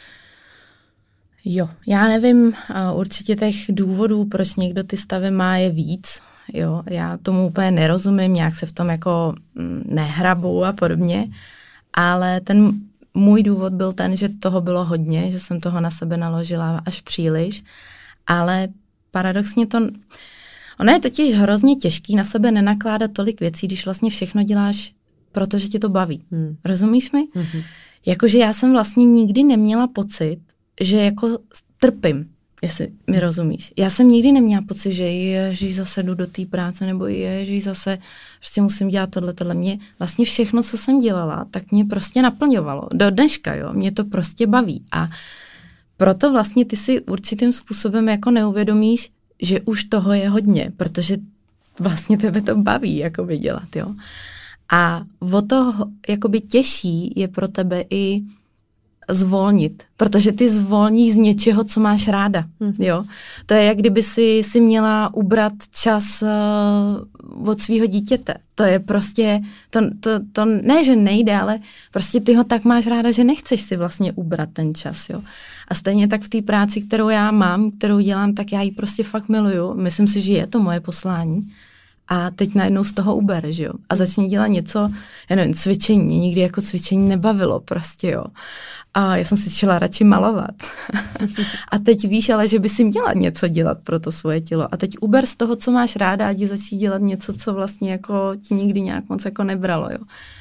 Jo, já nevím, určitě těch důvodů, proč někdo ty stavy má, je víc. Jo, já tomu úplně nerozumím, nějak se v tom jako nehrabu a podobně, ale ten můj důvod byl ten, že toho bylo hodně, že jsem toho na sebe naložila až příliš, ale paradoxně to... Ono je totiž hrozně těžký na sebe nenakládat tolik věcí, když vlastně všechno děláš, protože tě to baví. Hmm. Rozumíš mi? Hmm. Jakože já jsem vlastně nikdy neměla pocit, že jako trpím, jestli mi rozumíš. Já jsem nikdy neměla pocit, že ježiš, zase jdu do té práce, nebo ježiš, zase prostě musím dělat tohle, tohle. Mě vlastně všechno, co jsem dělala, tak mě prostě naplňovalo. Do dneška, jo. Mě to prostě baví. A proto vlastně ty si určitým způsobem jako neuvědomíš, že už toho je hodně, protože vlastně tebe to baví, jako by dělat, jo. A o to jakoby těžší je pro tebe i zvolnit, protože ty zvolníš z něčeho, co máš ráda, mm. jo. To je, jak kdyby si, si měla ubrat čas uh, od svého dítěte. To je prostě, to, to, to ne, že nejde, ale prostě ty ho tak máš ráda, že nechceš si vlastně ubrat ten čas, jo. A stejně tak v té práci, kterou já mám, kterou dělám, tak já ji prostě fakt miluju. Myslím si, že je to moje poslání. A teď najednou z toho ubere, že jo. A začne dělat něco, já nevím, cvičení. Mě nikdy jako cvičení nebavilo prostě, jo. A já jsem si chtěla radši malovat. A teď víš, ale že by si měla něco dělat pro to svoje tělo. A teď uber z toho, co máš ráda, a jdi začít dělat něco, co vlastně jako ti nikdy nějak moc jako nebralo, jo.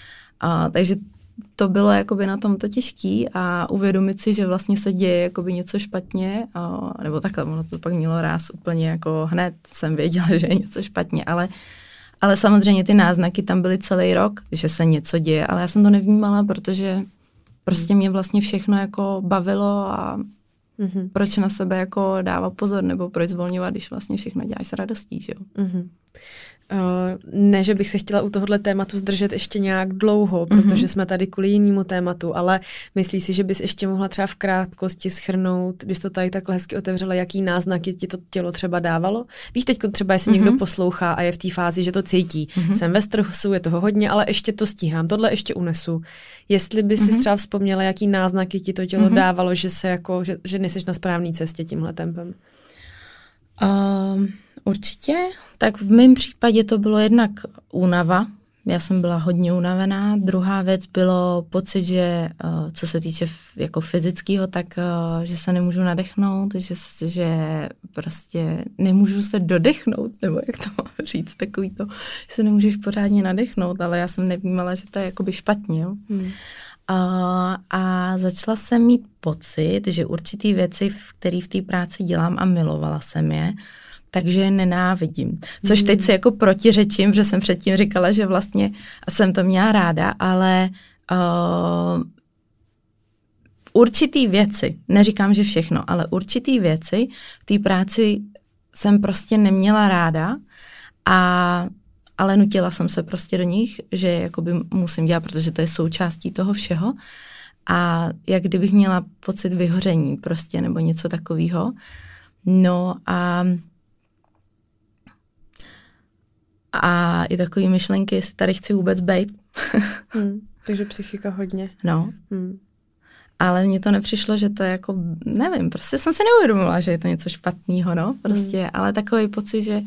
A takže to bylo jakoby na tom to těžký a uvědomit si, že vlastně se děje jakoby něco špatně, a, nebo takhle, ono to pak mělo ráz úplně jako hned jsem věděla, že je něco špatně, ale, ale samozřejmě ty náznaky tam byly celý rok, že se něco děje, ale já jsem to nevnímala, protože prostě mě vlastně všechno jako bavilo a mm-hmm. proč na sebe jako dávat pozor, nebo proč zvolňovat, když vlastně všechno děláš s radostí, že jo. Mm-hmm. Uh, ne, že bych se chtěla u tohohle tématu zdržet ještě nějak dlouho, mm-hmm. protože jsme tady kvůli jinému tématu, ale myslíš si, že bys ještě mohla třeba v krátkosti shrnout, když to tady takhle hezky otevřela, jaký náznaky ti to tělo třeba dávalo? Víš, teď třeba, jestli mm-hmm. někdo poslouchá a je v té fázi, že to cítí. Mm-hmm. Jsem ve stresu, je toho hodně, ale ještě to stíhám, tohle ještě unesu. Jestli bys mm-hmm. si třeba vzpomněla, jaký náznaky ti to tělo mm-hmm. dávalo, že se jako, že, že nejseš na správné cestě tímhle tempem? Um... Určitě. Tak v mém případě to bylo jednak únava. Já jsem byla hodně unavená. Druhá věc bylo pocit, že co se týče jako fyzického, tak že se nemůžu nadechnout, že, že prostě nemůžu se dodechnout, nebo jak to mám říct, takový to, že se nemůžeš pořádně nadechnout, ale já jsem nevnímala, že to je jakoby špatně. Jo? Hmm. A, a začala jsem mít pocit, že určitý věci, které v té práci dělám a milovala jsem je, takže je nenávidím. Což teď si jako protiřečím, že jsem předtím říkala, že vlastně jsem to měla ráda, ale uh, určitý věci, neříkám, že všechno, ale určitý věci v té práci jsem prostě neměla ráda, a, ale nutila jsem se prostě do nich, že jakoby musím dělat, protože to je součástí toho všeho. A jak kdybych měla pocit vyhoření prostě, nebo něco takového. No a a i takové myšlenky, jestli tady chci vůbec bejt. hmm, takže psychika hodně. No. Hmm. Ale mně to nepřišlo, že to je jako, nevím, prostě jsem si neuvědomila, že je to něco špatného, no, prostě, hmm. ale takový pocit, že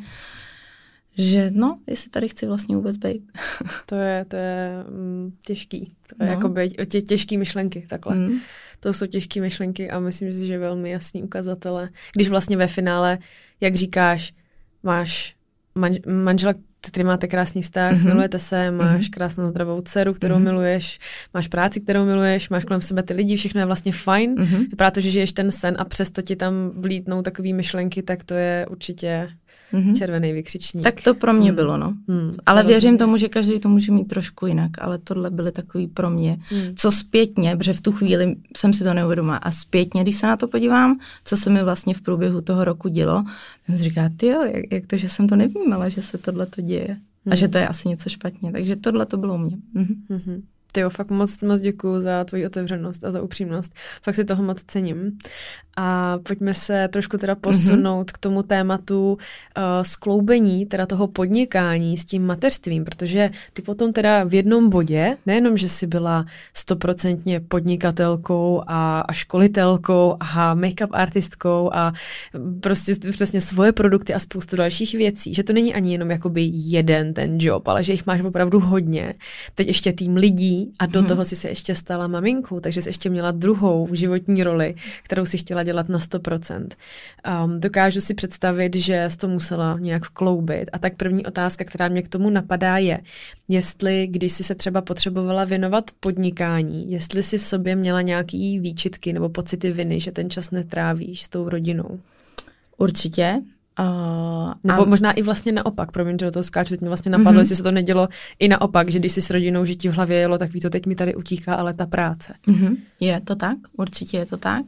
že no, jestli tady chci vlastně vůbec bejt. To je, to je mm, těžký. To je no. jakoby tě, těžký myšlenky, takhle. Hmm. To jsou těžké myšlenky a myslím si, že velmi jasný ukazatele. Když vlastně ve finále, jak říkáš, máš manž, manžela, který máte krásný vztah, mm-hmm. milujete se, máš mm-hmm. krásnou zdravou dceru, kterou mm-hmm. miluješ, máš práci, kterou miluješ, máš kolem sebe ty lidi, všechno je vlastně fajn. Mm-hmm. Vypadá to, že žiješ ten sen a přesto ti tam vlítnou takové myšlenky, tak to je určitě mm-hmm. červený vykřičník. Tak to pro mě mm. bylo, no. Mm, ale to věřím rozumím. Tomu, že každý to může mít trošku jinak, ale tohle byly takový pro mě. Mm. Co zpětně, protože v tu chvíli jsem si to neuvědomila, a zpětně, když se na to podívám, co se mi vlastně v průběhu toho roku dělo, jsem si říká, tyjo, jak, jak to, že jsem to nevnímala, že se tohle to děje. Mm. A že to je asi něco špatně. Takže tohle to bylo u mě. Mm-hmm. Mm-hmm. Tyjo, fakt moc, moc děkuju za tvoji otevřenost a za upřímnost. Fakt si toho moc cením. A pojďme se trošku teda posunout mm-hmm. k tomu tématu uh, skloubení teda toho podnikání s tím mateřstvím, protože ty potom teda v jednom bodě, nejenom, že jsi byla stoprocentně podnikatelkou a, a školitelkou a make-up artistkou a prostě přesně svoje produkty a spoustu dalších věcí, že to není ani jenom jakoby jeden ten job, ale že jich máš opravdu hodně. Teď ještě tým lidí a do hmm. toho si se ještě stala maminkou, takže jsi ještě měla druhou životní roli, kterou si chtěla dělat na sto procent. Um, dokážu si představit, že jsi to musela nějak kloubit. A tak první otázka, která mě k tomu napadá, je, jestli, když jsi se třeba potřebovala věnovat podnikání, jestli jsi v sobě měla nějaký výčitky nebo pocity viny, že ten čas netrávíš s tou rodinou. Určitě. Uh, Nebo a... možná i vlastně naopak, promiň, že do toho skáču, teď mě vlastně napadlo, mm-hmm. jestli se to nedělo i naopak, že když jsi s rodinou, že ti v hlavě jelo, tak ví to teď mi tady utíká, ale ta práce. Mm-hmm. Je to tak, určitě je to tak.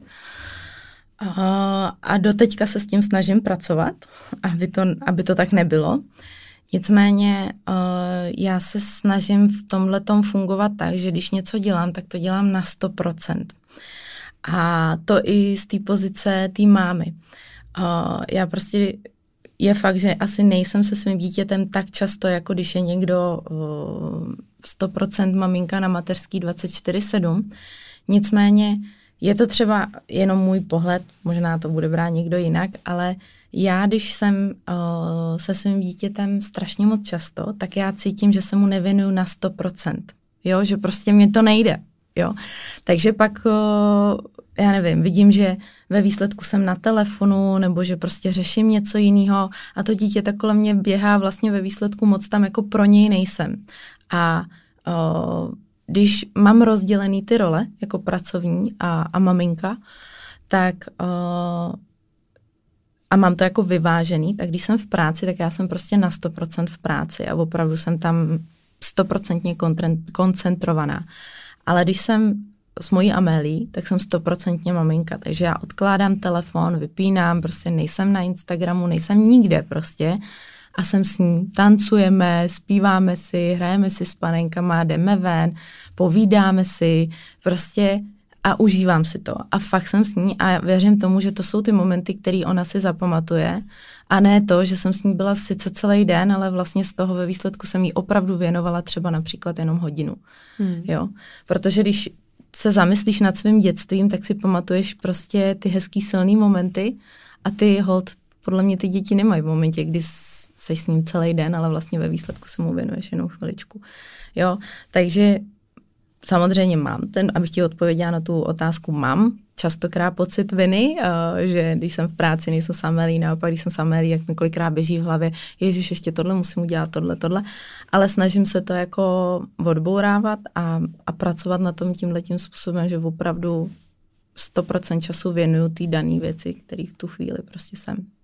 Uh, a doteďka se s tím snažím pracovat, aby to, aby to tak nebylo. Nicméně uh, já se snažím v tomhletom fungovat tak, že když něco dělám, tak to dělám na sto procent. A to i z té pozice té mámy. Uh, já prostě, je fakt, že asi nejsem se svým dítětem tak často, jako když je někdo uh, sto procent maminka na mateřský dvacet čtyři sedm. Nicméně je to třeba jenom můj pohled, možná to bude brát někdo jinak, ale já, když jsem uh, se svým dítětem strašně moc často, tak já cítím, že se mu nevěnuju na sto procent. Jo, že prostě mě to nejde. Jo. Takže pak, uh, já nevím, vidím, že ve výsledku jsem na telefonu, nebo že prostě řeším něco jiného a to dítě tak kolem mě běhá, vlastně ve výsledku moc tam jako pro něj nejsem. A uh, když mám rozdělený ty role, jako pracovní a, a maminka, tak uh, a mám to jako vyvážený, tak když jsem v práci, tak já jsem prostě na sto procent v práci a opravdu jsem tam sto procent koncentrovaná. Ale když jsem s mojí Amélí, tak jsem stoprocentně maminka, takže já odkládám telefon, vypínám, prostě nejsem na Instagramu, nejsem nikde prostě a jsem s ní, tancujeme, zpíváme si, hrajeme si s panenkama, jdeme ven, povídáme si, prostě a užívám si to. A fakt jsem s ní a věřím tomu, že to jsou ty momenty, které ona si zapamatuje a ne to, že jsem s ní byla sice celý den, ale vlastně z toho ve výsledku jsem jí opravdu věnovala třeba například jenom hodinu. Hmm. Jo? Protože když se zamyslíš nad svým dětstvím, tak si pamatuješ prostě ty hezký silný momenty a ty hold, podle mě ty děti nemají v momentě, kdy seš s ním celý den, ale vlastně ve výsledku se mu věnuješ jenom chviličku. Jo, takže samozřejmě mám ten, abych ti odpověděla na tu otázku, mám častokrát pocit viny, uh, že když jsem v práci, nejsem s Amélí, naopak když jsem s Amélí, jak mi kolikrát běží v hlavě, ježiš, ještě tohle musím udělat, tohle, tohle, ale snažím se to jako odbourávat a, a pracovat na tom tímhletím způsobem, že opravdu sto procent času věnuju té dané věci, který v tu chvíli prostě jsem.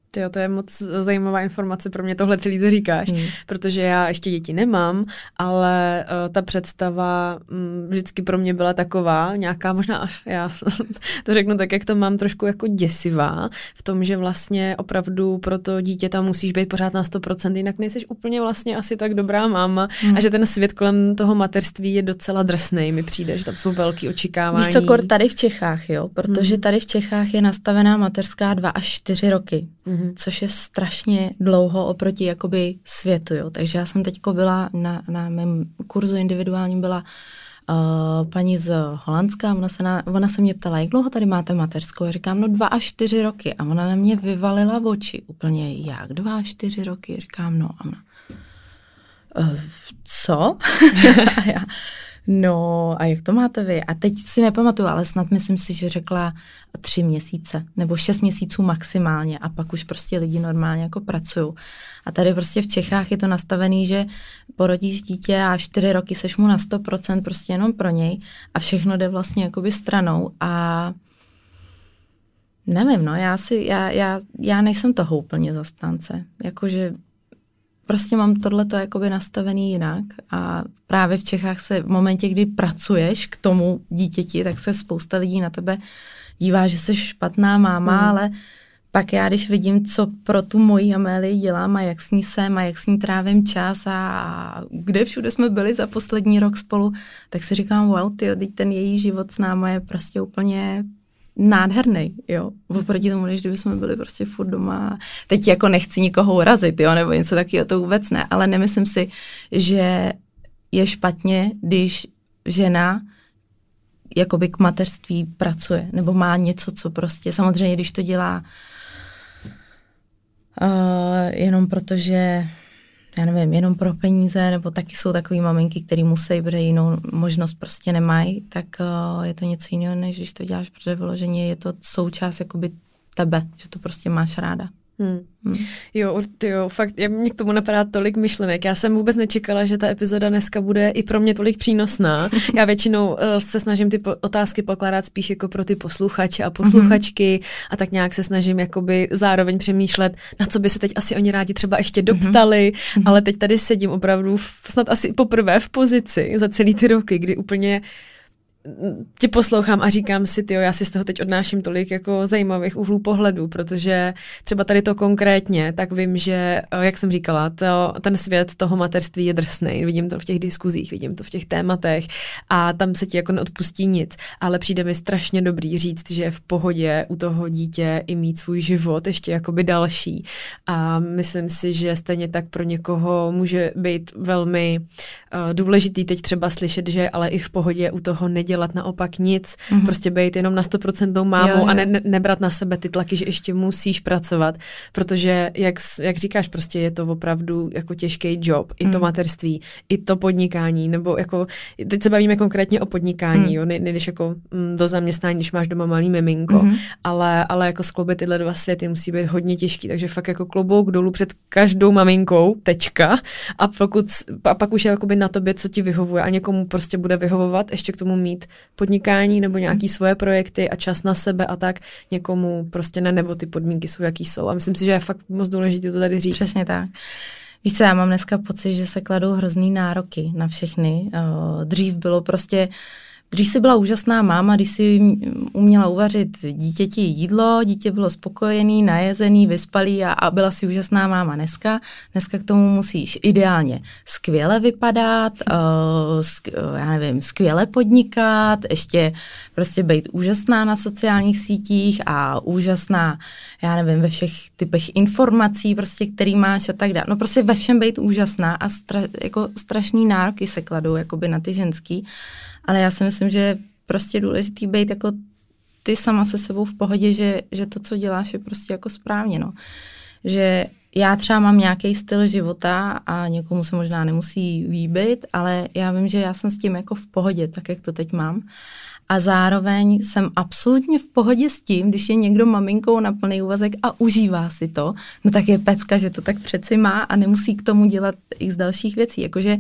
Tyjo, to je moc zajímavá informace pro mě tohle celý, co říkáš, hmm. protože já ještě děti nemám, ale uh, ta představa um, vždycky pro mě byla taková, nějaká možná, já to řeknu tak, jak to mám, trošku jako děsivá, v tom, že vlastně opravdu pro to dítě tam musíš být pořád na sto procent, jinak nejseš úplně vlastně asi tak dobrá máma hmm. a že ten svět kolem toho mateřství je docela drsnej, mi přijde, že tam jsou velký očekávání. Víš co, kor tady v Čechách, jo, protože hmm. tady v Čechách je nastavená mateřská dva až čtyři roky. Hmm. Což je strašně dlouho oproti jakoby světu, jo. Takže já jsem teďko byla na, na mém kurzu individuálním byla uh, paní z Holandska, ona se, na, ona se mě ptala, jak dlouho tady máte mateřskou? Já říkám, no dva až čtyři roky. A ona na mě vyvalila oči úplně, jak dva až čtyři roky? Říkám, no a ona, uh, co? A já, no a jak to máte vy? A teď si nepamatuju, ale snad myslím si, že řekla tři měsíce nebo šest měsíců maximálně a pak už prostě lidi normálně jako pracují. A tady prostě v Čechách je to nastavený, že porodíš dítě a čtyři roky seš mu na sto procent prostě jenom pro něj a všechno jde vlastně jakoby stranou a nevím, no já si, já, já, já nejsem toho úplně zastánce. Jakože prostě mám tohleto jakoby nastavený jinak a právě v Čechách se v momentě, kdy pracuješ k tomu dítěti, tak se spousta lidí na tebe dívá, že jsi špatná máma, hmm. ale pak já, když vidím, co pro tu moji Amélii dělám a jak s ní jsem a jak s ní trávím čas a kde všude jsme byli za poslední rok spolu, tak si říkám, wow, tyjo, teď ten její život s náma je prostě úplně nádherný, jo, oproti tomu, než kdyby jsme byli prostě furt doma. Teď jako nechci nikoho urazit, jo, nebo něco takového, to vůbec ne, ale nemyslím si, že je špatně, když žena jakoby k mateřství pracuje, nebo má něco, co prostě, samozřejmě, když to dělá uh, jenom protože, já nevím, jenom pro peníze, nebo taky jsou takový maminky, který musí, protože jinou možnost prostě nemají, tak uh, je to něco jiného, než když to děláš, protože vyloženě je to součást jakoby tebe, že to prostě máš ráda. Hmm. Hmm. Jo, jo, fakt, já, mě k tomu napadá tolik myšlenek. Já jsem vůbec nečekala, že ta epizoda dneska bude i pro mě tolik přínosná. Já většinou uh, se snažím ty po- otázky pokládat spíš jako pro ty posluchače a posluchačky mm-hmm. a tak nějak se snažím jakoby zároveň přemýšlet, na co by se teď asi oni rádi třeba ještě doptali, mm-hmm. ale teď tady sedím opravdu v, snad asi poprvé v pozici za celý ty roky, kdy úplně tě poslouchám a říkám si, tyjo, já si z toho teď odnáším tolik jako zajímavých úhlů pohledu, protože třeba tady to konkrétně, tak vím, že, jak jsem říkala, to, ten svět toho mateřství je drsnej, vidím to v těch diskuzích, vidím to v těch tématech a tam se ti jako neodpustí nic, ale přijde mi strašně dobrý říct, že je v pohodě u toho dítě i mít svůj život ještě jakoby další a myslím si, že stejně tak pro někoho může být velmi uh, důležitý teď třeba slyšet, že ale i v pohodě u toho nedělat naopak nic, mm-hmm. prostě být jenom na sto procent mámou jo, jo. a ne, ne, nebrat na sebe ty tlaky, že ještě musíš pracovat, protože jak, jak říkáš, prostě je to opravdu jako těžký job, i to mm. mateřství, i to podnikání, nebo jako, teď se bavíme konkrétně o podnikání, mm. jo, ne, nejdeš jako m, do zaměstnání, když máš doma malý miminko, mm-hmm. ale, ale jako skloubit tyhle dva světy musí být hodně těžký, takže fakt jako klobouk dolů před každou maminkou, tečka, a pokud, a pak už je jakoby na tobě, co ti vyhovuje a někomu prostě bude vyhovovat, ještě k tomu mít podnikání nebo nějaký svoje projekty a čas na sebe a tak, někomu prostě ne, nebo ty podmínky jsou, jaký jsou. A myslím si, že je fakt moc důležité to tady říct. Přesně tak. Víš co, já mám dneska pocit, že se kladou hrozný nároky na všechny. Dřív bylo prostě Dřív jsi byla úžasná máma, když jsi uměla uvařit dítěti jídlo, dítě bylo spokojený, najezený, vyspalý a, a byla si úžasná máma. Dneska, dneska k tomu musíš ideálně skvěle vypadat, uh, sk, já nevím, skvěle podnikat, ještě prostě být úžasná na sociálních sítích a úžasná, já nevím, ve všech typech informací, prostě, který máš a tak dále. No prostě ve všem být úžasná a stra, jako strašný nároky se kladou jakoby na ty ženský. Ale já si myslím, že je prostě důležitý být jako ty sama se sebou v pohodě, že, že to, co děláš, je prostě jako správně, no. Že já třeba mám nějaký styl života a někomu se možná nemusí líbit, ale já vím, že já jsem s tím jako v pohodě, tak jak to teď mám. A zároveň jsem absolutně v pohodě s tím, když je někdo maminkou na plný úvazek a užívá si to, no tak je pecka, že to tak přeci má a nemusí k tomu dělat i z dalších věcí, jakože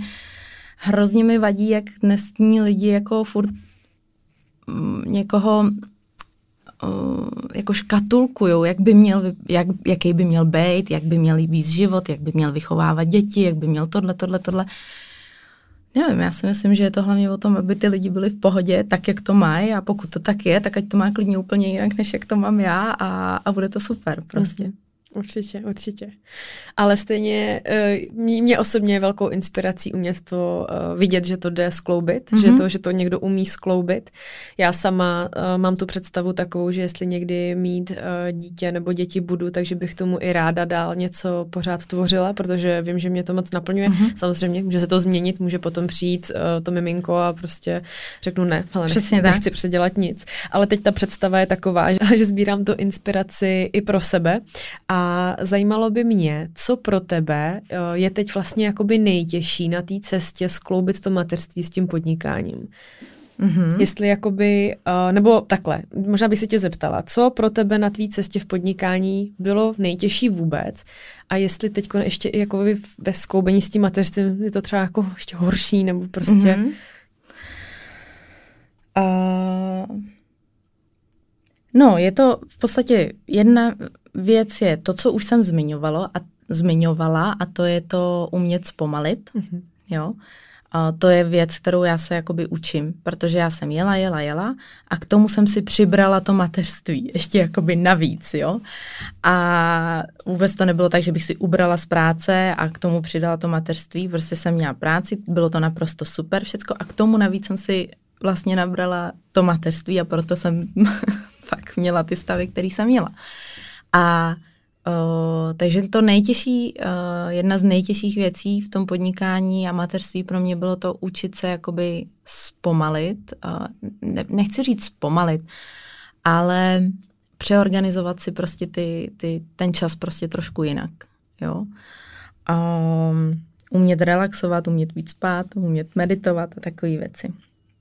hrozně mi vadí, jak dnesní lidi jako furt někoho uh, jako škatulkujou, jak by měl, jak, jaký by měl být, jak by měl víc život, jak by měl vychovávat děti, jak by měl tohle, tohle, tohle. Nevím, já si myslím, že je to hlavně o tom, aby ty lidi byli v pohodě, tak, jak to mají, a pokud to tak je, tak ať to má klidně úplně jinak, než jak to mám já, a, a bude to super prostě. Mm-hmm. Určitě, určitě. Ale stejně mě osobně je velkou inspirací umět to vidět, že to jde skloubit, mm-hmm. že, to, že to někdo umí skloubit. Já sama mám tu představu takovou, že jestli někdy mít dítě nebo děti budu, takže bych tomu i ráda dál něco pořád tvořila, protože vím, že mě to moc naplňuje. Mm-hmm. Samozřejmě může se to změnit, může potom přijít to miminko a prostě řeknu ne, hele, nechci, nechci předělat nic. Ale teď ta představa je taková, že, že sbírám tu inspiraci i pro sebe. A A zajímalo by mě, co pro tebe je teď vlastně jakoby nejtěžší na té cestě skloubit to mateřství s tím podnikáním. Mm-hmm. Jestli jakoby, nebo takhle, možná bych se tě zeptala, co pro tebe na tvý cestě v podnikání bylo nejtěžší vůbec a jestli teď ještě i jakoby ve skloubení s tím mateřstvím je to třeba jako ještě horší, nebo prostě... Mm-hmm. Uh... No, je to v podstatě jedna věc je to, co už jsem zmiňovalo a, zmiňovala a to je to umět zpomalit, mm-hmm. jo. A to je věc, kterou já se jakoby učím, protože já jsem jela, jela, jela a k tomu jsem si přibrala to mateřství, ještě jakoby navíc, jo. A vůbec to nebylo tak, že bych si ubrala z práce a k tomu přidala to mateřství, prostě jsem měla práci, bylo to naprosto super všecko a k tomu navíc jsem si vlastně nabrala to mateřství a proto jsem fakt měla ty stavy, které jsem měla. A uh, takže to nejtěžší, uh, jedna z nejtěžších věcí v tom podnikání a mateřství pro mě bylo to učit se jakoby zpomalit, uh, ne, nechci říct zpomalit, ale přeorganizovat si prostě ty, ty, ten čas prostě trošku jinak, jo. Um, umět relaxovat, umět víc spát, umět meditovat a takové věci.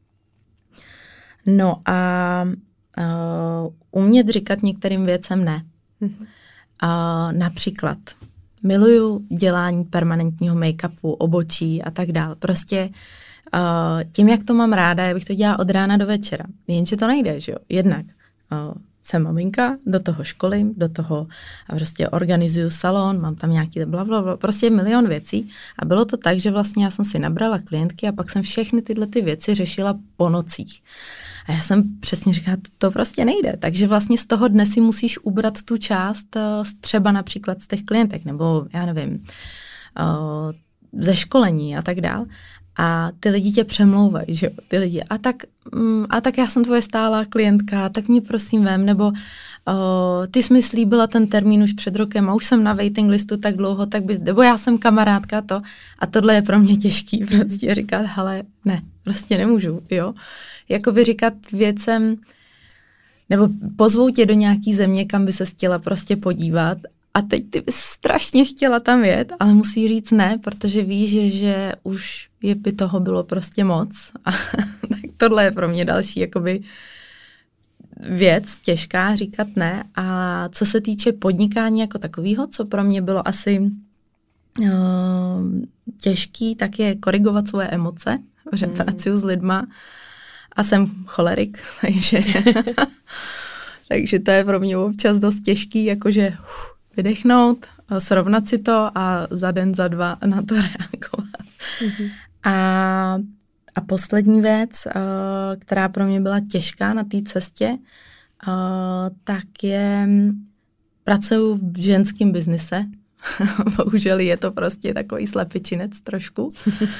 No a uh, umět říkat některým věcem ne. Mm-hmm. Uh, například miluju dělání permanentního make-upu, obočí a tak dál. Prostě uh, tím, jak to mám ráda, já bych to dělala od rána do večera. Jenže to nejde, že jo? Jednak uh, jsem maminka, do toho školím, do toho prostě organizuju salon, mám tam nějaký blablabla, prostě milion věcí. A bylo to tak, že vlastně já jsem si nabrala klientky a pak jsem všechny tyhle ty věci řešila po nocích. A já jsem přesně říkala, to, to prostě nejde. Takže vlastně z toho dne si musíš ubrat tu část třeba například z těch klientek, nebo já nevím, ze školení a tak dál. A ty lidi tě přemlouvají, že jo, ty lidi. A tak, a tak já jsem tvoje stálá klientka, tak mě prosím vem, nebo uh, ty jsi mi slíbila ten termín už před rokem a už jsem na waiting listu tak dlouho, tak by, nebo já jsem kamarádka to. A tohle je pro mě těžký, prostě říkat, hele, ne, prostě nemůžu, jo. Jakoby říkat věcem, nebo pozvou tě do nějaký země, kam by se chtěla prostě podívat a teď ty bys strašně chtěla tam jet, ale musí říct ne, protože víš, že, že už je by toho bylo prostě moc. A tak tohle je pro mě další jakoby věc těžká říkat ne. A co se týče podnikání jako takového, co pro mě bylo asi uh, těžký, tak je korigovat svoje emoce, že hmm. pracuji s lidma a jsem cholerik, takže, takže to je pro mě občas dost těžký, jakože uf, vydechnout, srovnat si to a za den, za dva na to reagovat. Mm-hmm. A, a poslední věc, která pro mě byla těžká na té cestě, tak je, pracuji v ženském biznise. Bohužel je to prostě takový slepičinec trošku.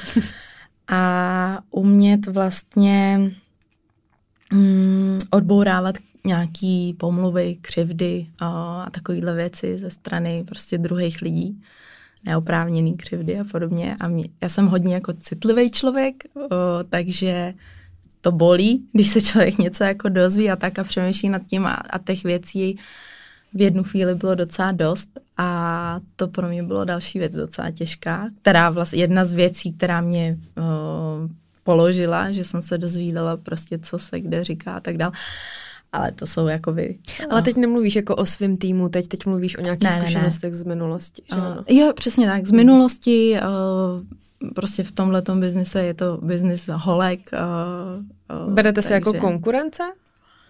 A umět vlastně mm, odbourávat nějaký pomluvy, křivdy a, a takovýhle věci ze strany prostě druhých lidí, neoprávněný křivdy a podobně. A mě, já jsem hodně jako citlivý člověk, o, takže to bolí, když se člověk něco jako dozví a tak a přemýšlí nad tím a, a těch věcí v jednu chvíli bylo docela dost a to pro mě bylo další věc docela těžká, která vlastně jedna z věcí, která mě o, položila, že jsem se dozvídala prostě, co se kde říká a tak dál. Ale to jsou jakoby... Ale teď nemluvíš jako o svém týmu, teď, teď mluvíš o nějakých ne, zkušenostech ne, ne. z minulosti. Že uh, jo, přesně tak. Z minulosti uh, prostě v tomhletom biznise je to biznis holek. Uh, uh, Berete se jako konkurence?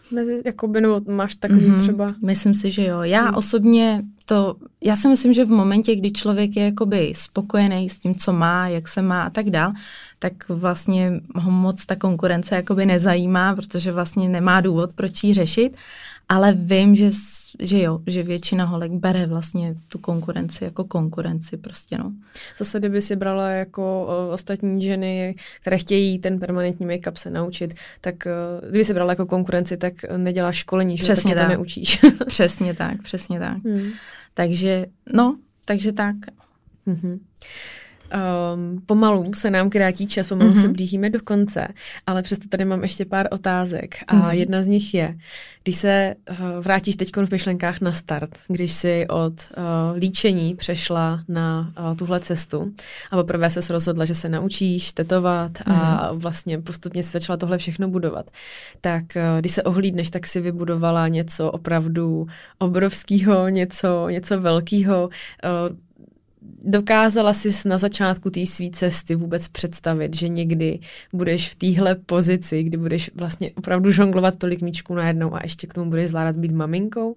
Mezi, jakoby, nebo máš takový mm-hmm. třeba? Myslím si, že jo. Já mm. osobně to, já si myslím, že v momentě, kdy člověk je jakoby spokojený s tím, co má, jak se má a tak dál, tak vlastně ho moc ta konkurence jakoby nezajímá, protože vlastně nemá důvod, proč jí řešit. Ale vím, že, že jo, že většina holek bere vlastně tu konkurenci jako konkurenci prostě, no. Zase, kdyby si brala jako o, ostatní ženy, které chtějí ten permanentní make-up se naučit, tak kdyby si brala jako konkurenci, tak neděláš školení, že přesně tak to neučíš. Přesně tak, přesně tak. Hmm. Takže, no, takže tak. Mhm. Um, pomalu se nám krátí čas, pomalu mm-hmm. se blížíme do konce, ale přesto tady mám ještě pár otázek a mm-hmm. jedna z nich je, když se uh, vrátíš teď v myšlenkách na start, když jsi od uh, líčení přešla na uh, tuhle cestu a poprvé se rozhodla, že se naučíš tetovat mm-hmm. a vlastně postupně si začala tohle všechno budovat, tak uh, když se ohlídneš, tak si vybudovala něco opravdu obrovského, něco, něco velkého. Uh, Dokázala jsi na začátku té své cesty vůbec představit, že někdy budeš v téhle pozici, kdy budeš vlastně opravdu žonglovat tolik míčků najednou a ještě k tomu budeš zvládat být maminkou?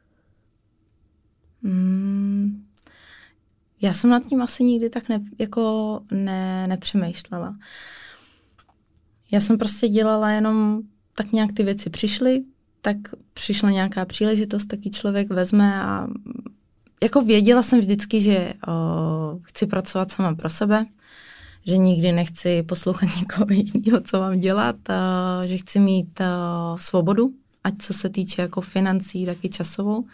Hmm, já jsem nad tím asi nikdy tak ne, jako ne, nepřemýšlela. Já jsem prostě dělala jenom, tak nějak ty věci přišly, tak přišla nějaká příležitost, taky člověk vezme a jako věděla jsem vždycky, že o, chci pracovat sama pro sebe, že nikdy nechci poslouchat někoho jiného, co mám dělat, o, že chci mít o, svobodu, ať co se týče jako financí, tak i časovou.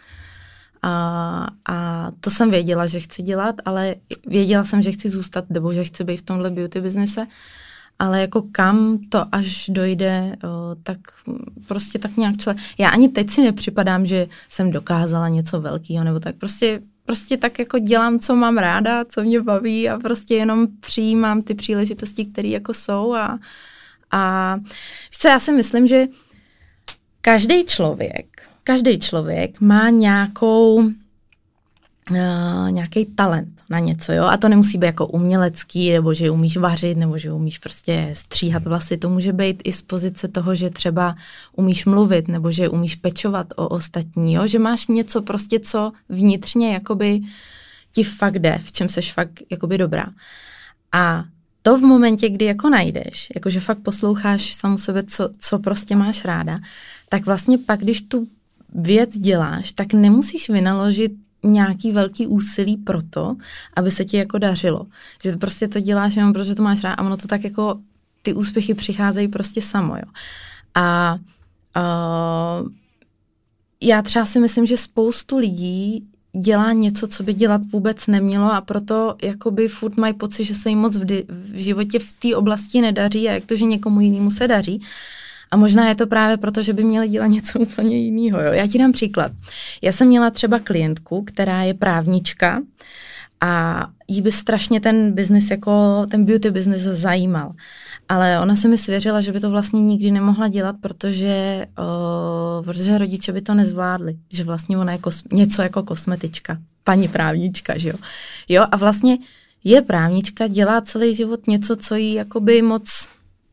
A, a to jsem věděla, že chci dělat, ale věděla jsem, že chci zůstat, nebo že chci být v tomhle beauty biznise, ale jako kam to až dojde, o, tak prostě tak nějak člověk. Já ani teď si nepřipadám, že jsem dokázala něco velkého, nebo tak prostě, prostě tak jako dělám, co mám ráda, co mě baví a prostě jenom přijímám ty příležitosti, které jako jsou a, a co já si myslím, že každý člověk, každý člověk má nějakou Uh, nějaký talent na něco, jo, a to nemusí být jako umělecký, nebo že umíš vařit, nebo že umíš prostě stříhat vlasy, to může být i z pozice toho, že třeba umíš mluvit, nebo že umíš pečovat o ostatní, jo, že máš něco prostě, co vnitřně jakoby ti fakt jde, v čem seš fakt jakoby dobrá. A to v momentě, kdy jako najdeš, jakože fakt posloucháš samu sebe, co, co prostě máš ráda, tak vlastně pak, když tu věc děláš, tak nemusíš vynaložit nějaký velký úsilí pro to, aby se ti jako dařilo. Že prostě to děláš jenom protože to máš rád a ono to tak jako ty úspěchy přicházejí prostě samo, jo. A uh, já třeba si myslím, že spoustu lidí dělá něco, co by dělat vůbec nemělo a proto jakoby furt mají pocit, že se jim moc v, di- v životě v té oblasti nedaří a jak to, že někomu jinému se daří. A možná je to právě proto, že by měli dělat něco úplně jiného. Jo? Já ti dám příklad. Já jsem měla třeba klientku, která je právnička a jí by strašně ten biznis, jako ten beauty business zajímal. Ale ona se mi svěřila, že by to vlastně nikdy nemohla dělat, protože, o, protože rodiče by to nezvládli. Že vlastně ona je kos, něco jako kosmetička, paní právnička, že jo. Jo, a vlastně je právnička, dělá celý život něco, co jí jakoby moc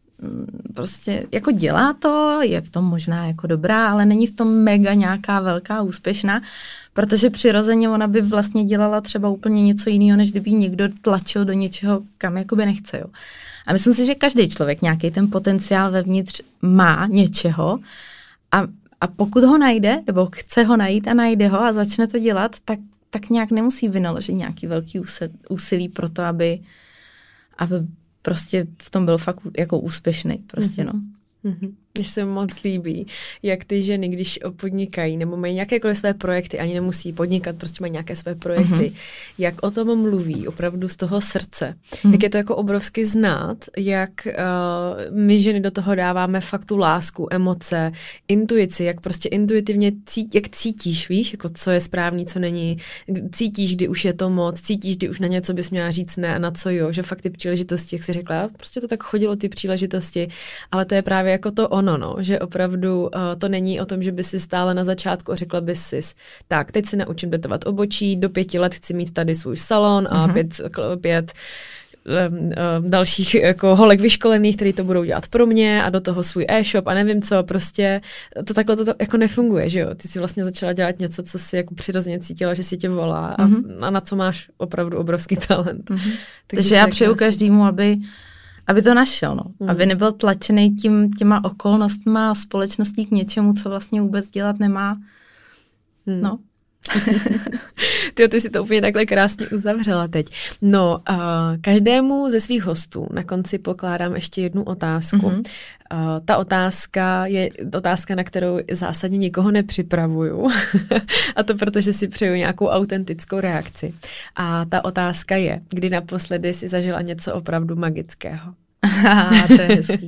prostě jako dělá to, je v tom možná jako dobrá, ale není v tom mega nějaká velká úspěšná, protože přirozeně ona by vlastně dělala třeba úplně něco jiného, než kdyby někdo tlačil do něčeho, kam jakoby nechce, jo. A myslím si, že každý člověk nějaký ten potenciál vevnitř má něčeho a, a pokud ho najde, nebo chce ho najít a najde ho a začne to dělat, tak, tak nějak nemusí vynaložit nějaký velký úsilí pro to, aby, aby prostě v tom byl fakt jako úspěšný, prostě no. Mm-hmm. Mně se moc líbí, jak ty ženy, když podnikají nebo mají nějakékoliv své projekty, ani nemusí podnikat, prostě mají nějaké své projekty, mm-hmm. jak o tom mluví opravdu z toho srdce. Mm-hmm. Jak je to jako obrovsky znát, jak uh, my ženy do toho dáváme fakt tu lásku, emoce, intuici, jak prostě intuitivně cít, jak cítíš, víš, jako co je správný, co není, cítíš, kdy už je to moc, cítíš, kdy už na něco bys měla říct ne a na co jo, že fakt ty příležitosti, jak jsi řekla, prostě to tak chodilo ty příležitosti, ale to je právě jako to ono, no, že opravdu uh, to není o tom, že by si stála na začátku a řekla bys si, tak, teď se naučím tetovat obočí, do pěti let chci mít tady svůj salon a mm-hmm. pět, pět um, dalších jako holek vyškolených, který to budou dělat pro mě a do toho svůj e-shop a nevím co, prostě to takhle to, to jako nefunguje, že jo? Ty si vlastně začala dělat něco, co si jako přirozeně cítila, že si tě volá a, mm-hmm. a na co máš opravdu obrovský talent. Mm-hmm. Takže já přeju každému, aby aby to našel, no. Mm. Aby nebyl tlačený tím, těma okolnostma společností k něčemu, co vlastně vůbec dělat nemá. Mm. No. Ty, ty si to úplně takhle krásně uzavřela teď. No, uh, každému ze svých hostů na konci pokládám ještě jednu otázku. Mm-hmm. Uh, ta otázka je otázka, na kterou zásadně nikoho nepřipravuju. A to proto, že si přeju nějakou autentickou reakci. A ta otázka je, kdy naposledy si zažila něco opravdu magického? To je hezký.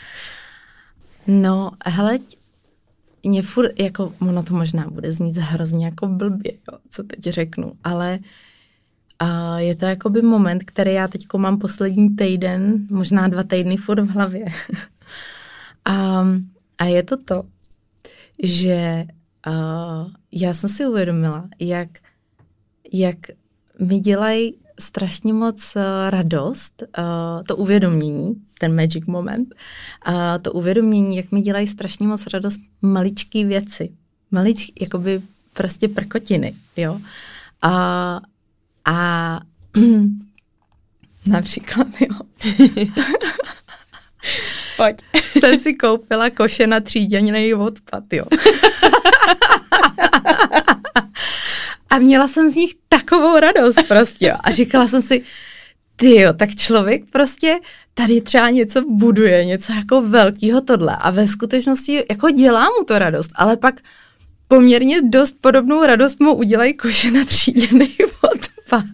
No, hele, mě furt, jako, ono to možná bude znít hrozně jako blbě, jo, co teď řeknu, ale a je to jakoby moment, který já teďko mám poslední týden, možná dva týdny furt v hlavě. a, a je to to, že a, já jsem si uvědomila, jak, jak mi dělají strašně moc uh, radost, uh, to uvědomění, ten magic moment, uh, to uvědomění, jak mi dělají strašně moc radost maličký věci, maličký, jakoby prostě prkotiny, jo. A, a například, jo. Pojď. Jsem si koupila koše na tříděný odpad, jo. A měla jsem z nich takovou radost prostě, jo. A říkala jsem si, tyjo, tak člověk prostě tady třeba něco buduje, něco jako velkýho tohle a ve skutečnosti jako dělá mu to radost, ale pak poměrně dost podobnou radost mu udělají koše na tříděný odpad.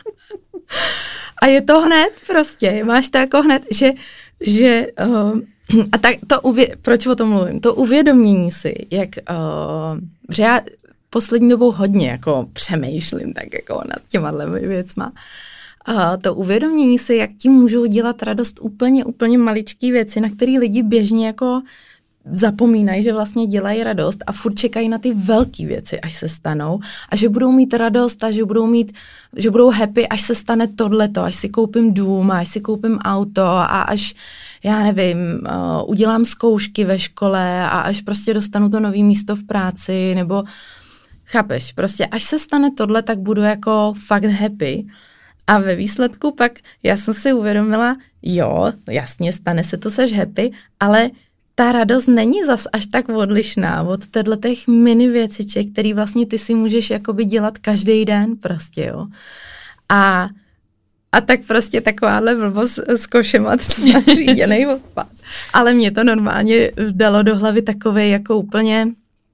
A je to hned prostě, máš to jako hned, že, že uh, a tak to, uvě, proč o tom mluvím, to uvědomění si, jak, uh, že já poslední dobou hodně jako přemýšlím tak jako nad těma věcma. A to uvědomění si, jak tím můžou dělat radost úplně, úplně maličký věci, na které lidi běžně jako zapomínají, že vlastně dělají radost a furt čekají na ty velké věci, až se stanou a že budou mít radost a že budou mít, že budou happy, až se stane tohleto, až si koupím dům, až si koupím auto a až, já nevím, uh, udělám zkoušky ve škole a až prostě dostanu to nový místo v práci, nebo chápeš, prostě až se stane tohle, tak budu jako fakt happy. A ve výsledku pak já jsem si uvědomila, jo, jasně, stane se to, seš happy, ale ta radost není zas až tak odlišná od těch mini věciček, který vlastně ty si můžeš jakoby dělat každý den prostě, jo. A, a tak prostě takováhle blbost s košem a tříděnej odpad. Ale mě to normálně dalo do hlavy takovej jako úplně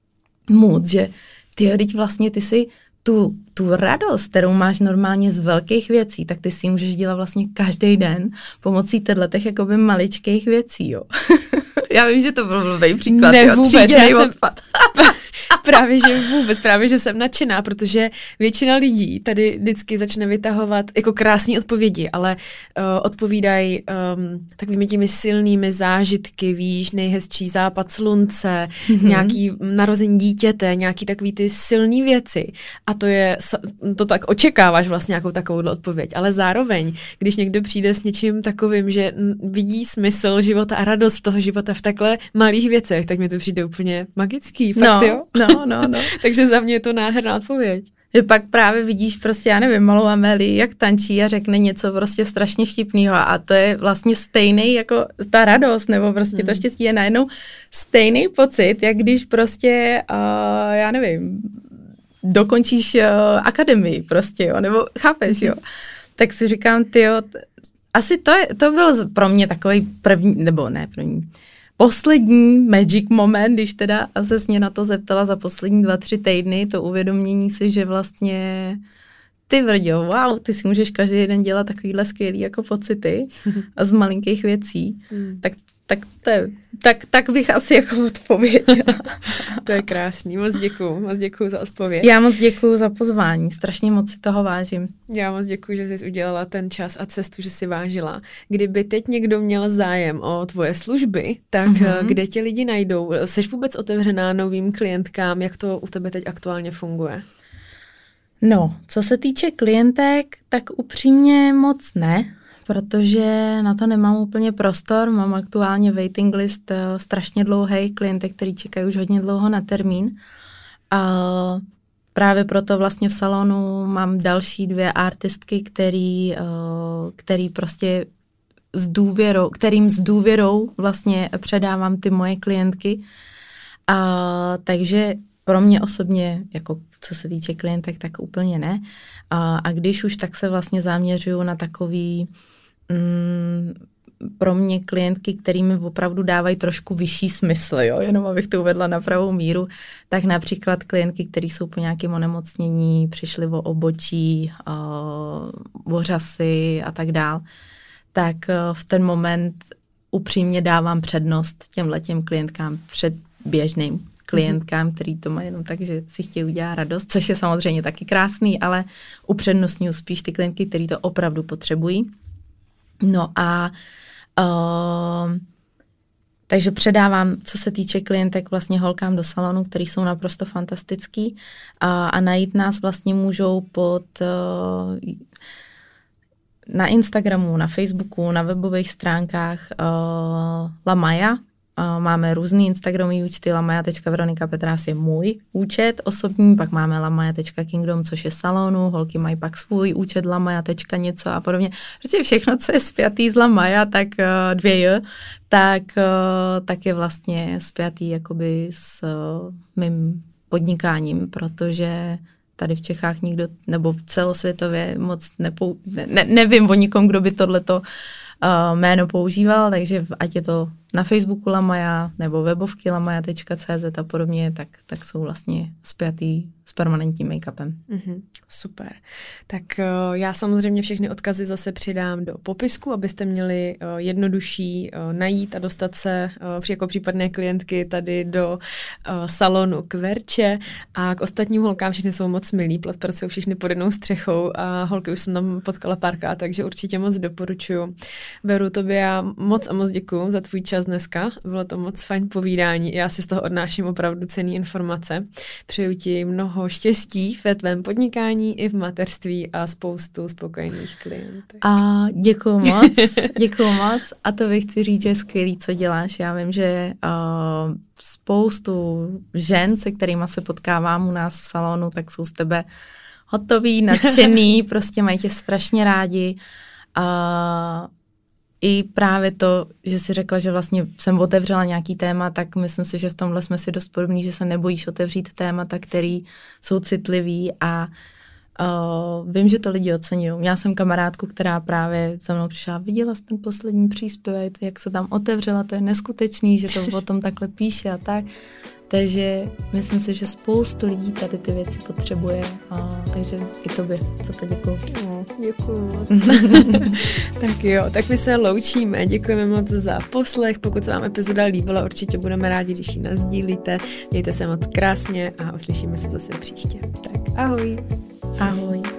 mood, že ty, teď vlastně ty si tu, tu radost, kterou máš normálně z velkých věcí, tak ty si můžeš dělat vlastně každý den pomocí těch jakoby maličkých věcí, jo. Já vím, že to byl blbý příklad, ne, jo, vůbec, já jsem, odpad. Právě, že vůbec, právě, že jsem nadšená, protože většina lidí tady vždycky začne vytahovat jako krásné odpovědi, ale uh, odpovídají um, takovými těmi silnými zážitky, víš, nejhezčí západ slunce, mm-hmm. nějaký narození dítěte, nějaký takový ty silný věci a to je, to tak očekáváš vlastně nějakou takovouhle odpověď, ale zároveň, když někdo přijde s něčím takovým, že vidí smysl života a radost toho života v takhle malých věcech, tak mi to přijde úplně magický, fakt no, jo? No, no, no. Takže za mě je to nádherná odpověď. Že pak právě vidíš prostě, já nevím, malou Amélii, jak tančí a řekne něco prostě strašně vtipného a to je vlastně stejný jako ta radost, nebo prostě hmm. to štěstí je najednou stejný pocit, jak když prostě, uh, já nevím, dokončíš uh, akademii prostě, jo, nebo chápeš, jo. Tak si říkám, tyjo, t- asi to, je, to byl pro mě takový první, nebo ne první, poslední magic moment, když teda ses mě na to zeptala za poslední dva, tři týdny, to uvědomění si, že vlastně ty vrďo, wow, ty si můžeš každý den dělat takovýhle skvělý jako pocity a z malinkých věcí, hmm. tak, tak, to je, tak, tak bych asi jako odpověděla. To je krásný, moc děkuju, moc děkuju za odpověď. Já moc děkuju za pozvání, strašně moc si toho vážím. Já moc děkuju, že jsi udělala ten čas a cestu, že si vážila. Kdyby teď někdo měl zájem o tvoje služby, tak mm-hmm. kde tě lidi najdou? Jseš vůbec otevřená novým klientkám, jak to u tebe teď aktuálně funguje? No, co se týče klientek, tak upřímně moc ne, protože na to nemám úplně prostor. Mám aktuálně waiting list strašně dlouhý, klienty, který čekají už hodně dlouho na termín. A právě proto vlastně v salonu mám další dvě artistky, který, který prostě s důvěrou, kterým s důvěrou vlastně předávám ty moje klientky. A, takže pro mě osobně, jako co se týče klientek, tak úplně ne. A, a když už, tak se vlastně zaměřuju na takový mm, pro mě klientky, kterými opravdu dávají trošku vyšší smysl, jo? Jenom abych to uvedla na pravou míru, tak například klientky, které jsou po nějakém onemocnění, přišly o obočí, o, o řasy a tak dál, tak v ten moment upřímně dávám přednost těmhletěm klientkám před běžným klientkám, který to mají jenom tak, že si chtějí udělat radost, což je samozřejmě taky krásný, ale upřednostňuji spíš ty klientky, který to opravdu potřebují. No a uh, takže předávám, co se týče klientek, vlastně holkám do salonu, který jsou naprosto fantastický a, a najít nás vlastně můžou pod uh, na Instagramu, na Facebooku, na webových stránkách uh, La Maja. Uh, máme různý Instagramový účty, lamaja tečka veronika petrás je můj účet osobní, pak máme lamaja tečka kingdom, což je salonu, holky mají pak svůj účet lamaja. něco a podobně. Prostě všechno, co je spjatý z Lamaja, tak uh, dvě j, tak, uh, tak je vlastně spjatý jakoby s uh, mým podnikáním, protože tady v Čechách nikdo, nebo celosvětově moc nepou, ne, nevím o nikom, kdo by tohleto uh, jméno používal, takže ať je to na Facebooku Lamaja nebo webovky lamaja tečka cé zet a podobně, tak, tak jsou vlastně spjatý s permanentním make-upem. Mm-hmm, super. Tak uh, já samozřejmě všechny odkazy zase přidám do popisku, abyste měli uh, jednodušší uh, najít a dostat se uh, jako případné klientky tady do uh, salonu k Verče a k ostatním holkám. Všechny jsou moc milí, pracují všichni pod jednou střechou a holky už jsem tam potkala párkrát, takže určitě moc doporučuju. Veru, tobě já moc a moc děkuju za tvůj čas dneska. Bylo to moc fajn povídání. Já si z toho odnáším opravdu cenné informace. Přeju ti mnoho štěstí ve tvém podnikání i v mateřství a spoustu spokojených klientek. A děkuju moc, děkuju moc a to bych chci říct, že je skvělý, co děláš. Já vím, že uh, spoustu žen, se kterými se potkávám u nás v salonu, tak jsou z tebe hotový, nadšený, prostě mají tě strašně rádi a uh, i právě to, že jsi řekla, že vlastně jsem otevřela nějaký téma, tak myslím si, že v tomhle jsme si dost podobní, že se nebojíš otevřít témata, který jsou citlivý a uh, vím, že to lidi oceňují. Měla jsem kamarádku, která právě za mnou přišla, viděla jsi ten poslední příspěvek, jak se tam otevřela, to je neskutečný, že to o tom takhle píše a tak. Takže myslím si, že spoustu lidí tady ty věci potřebuje, a, takže i tobě za to děkuju. No, děkuju. Tak jo, tak my se loučíme, děkujeme moc za poslech, pokud se vám epizoda líbila, určitě budeme rádi, když ji nasdílíte, mějte se moc krásně a uslyšíme se zase příště. Tak ahoj. Ahoj.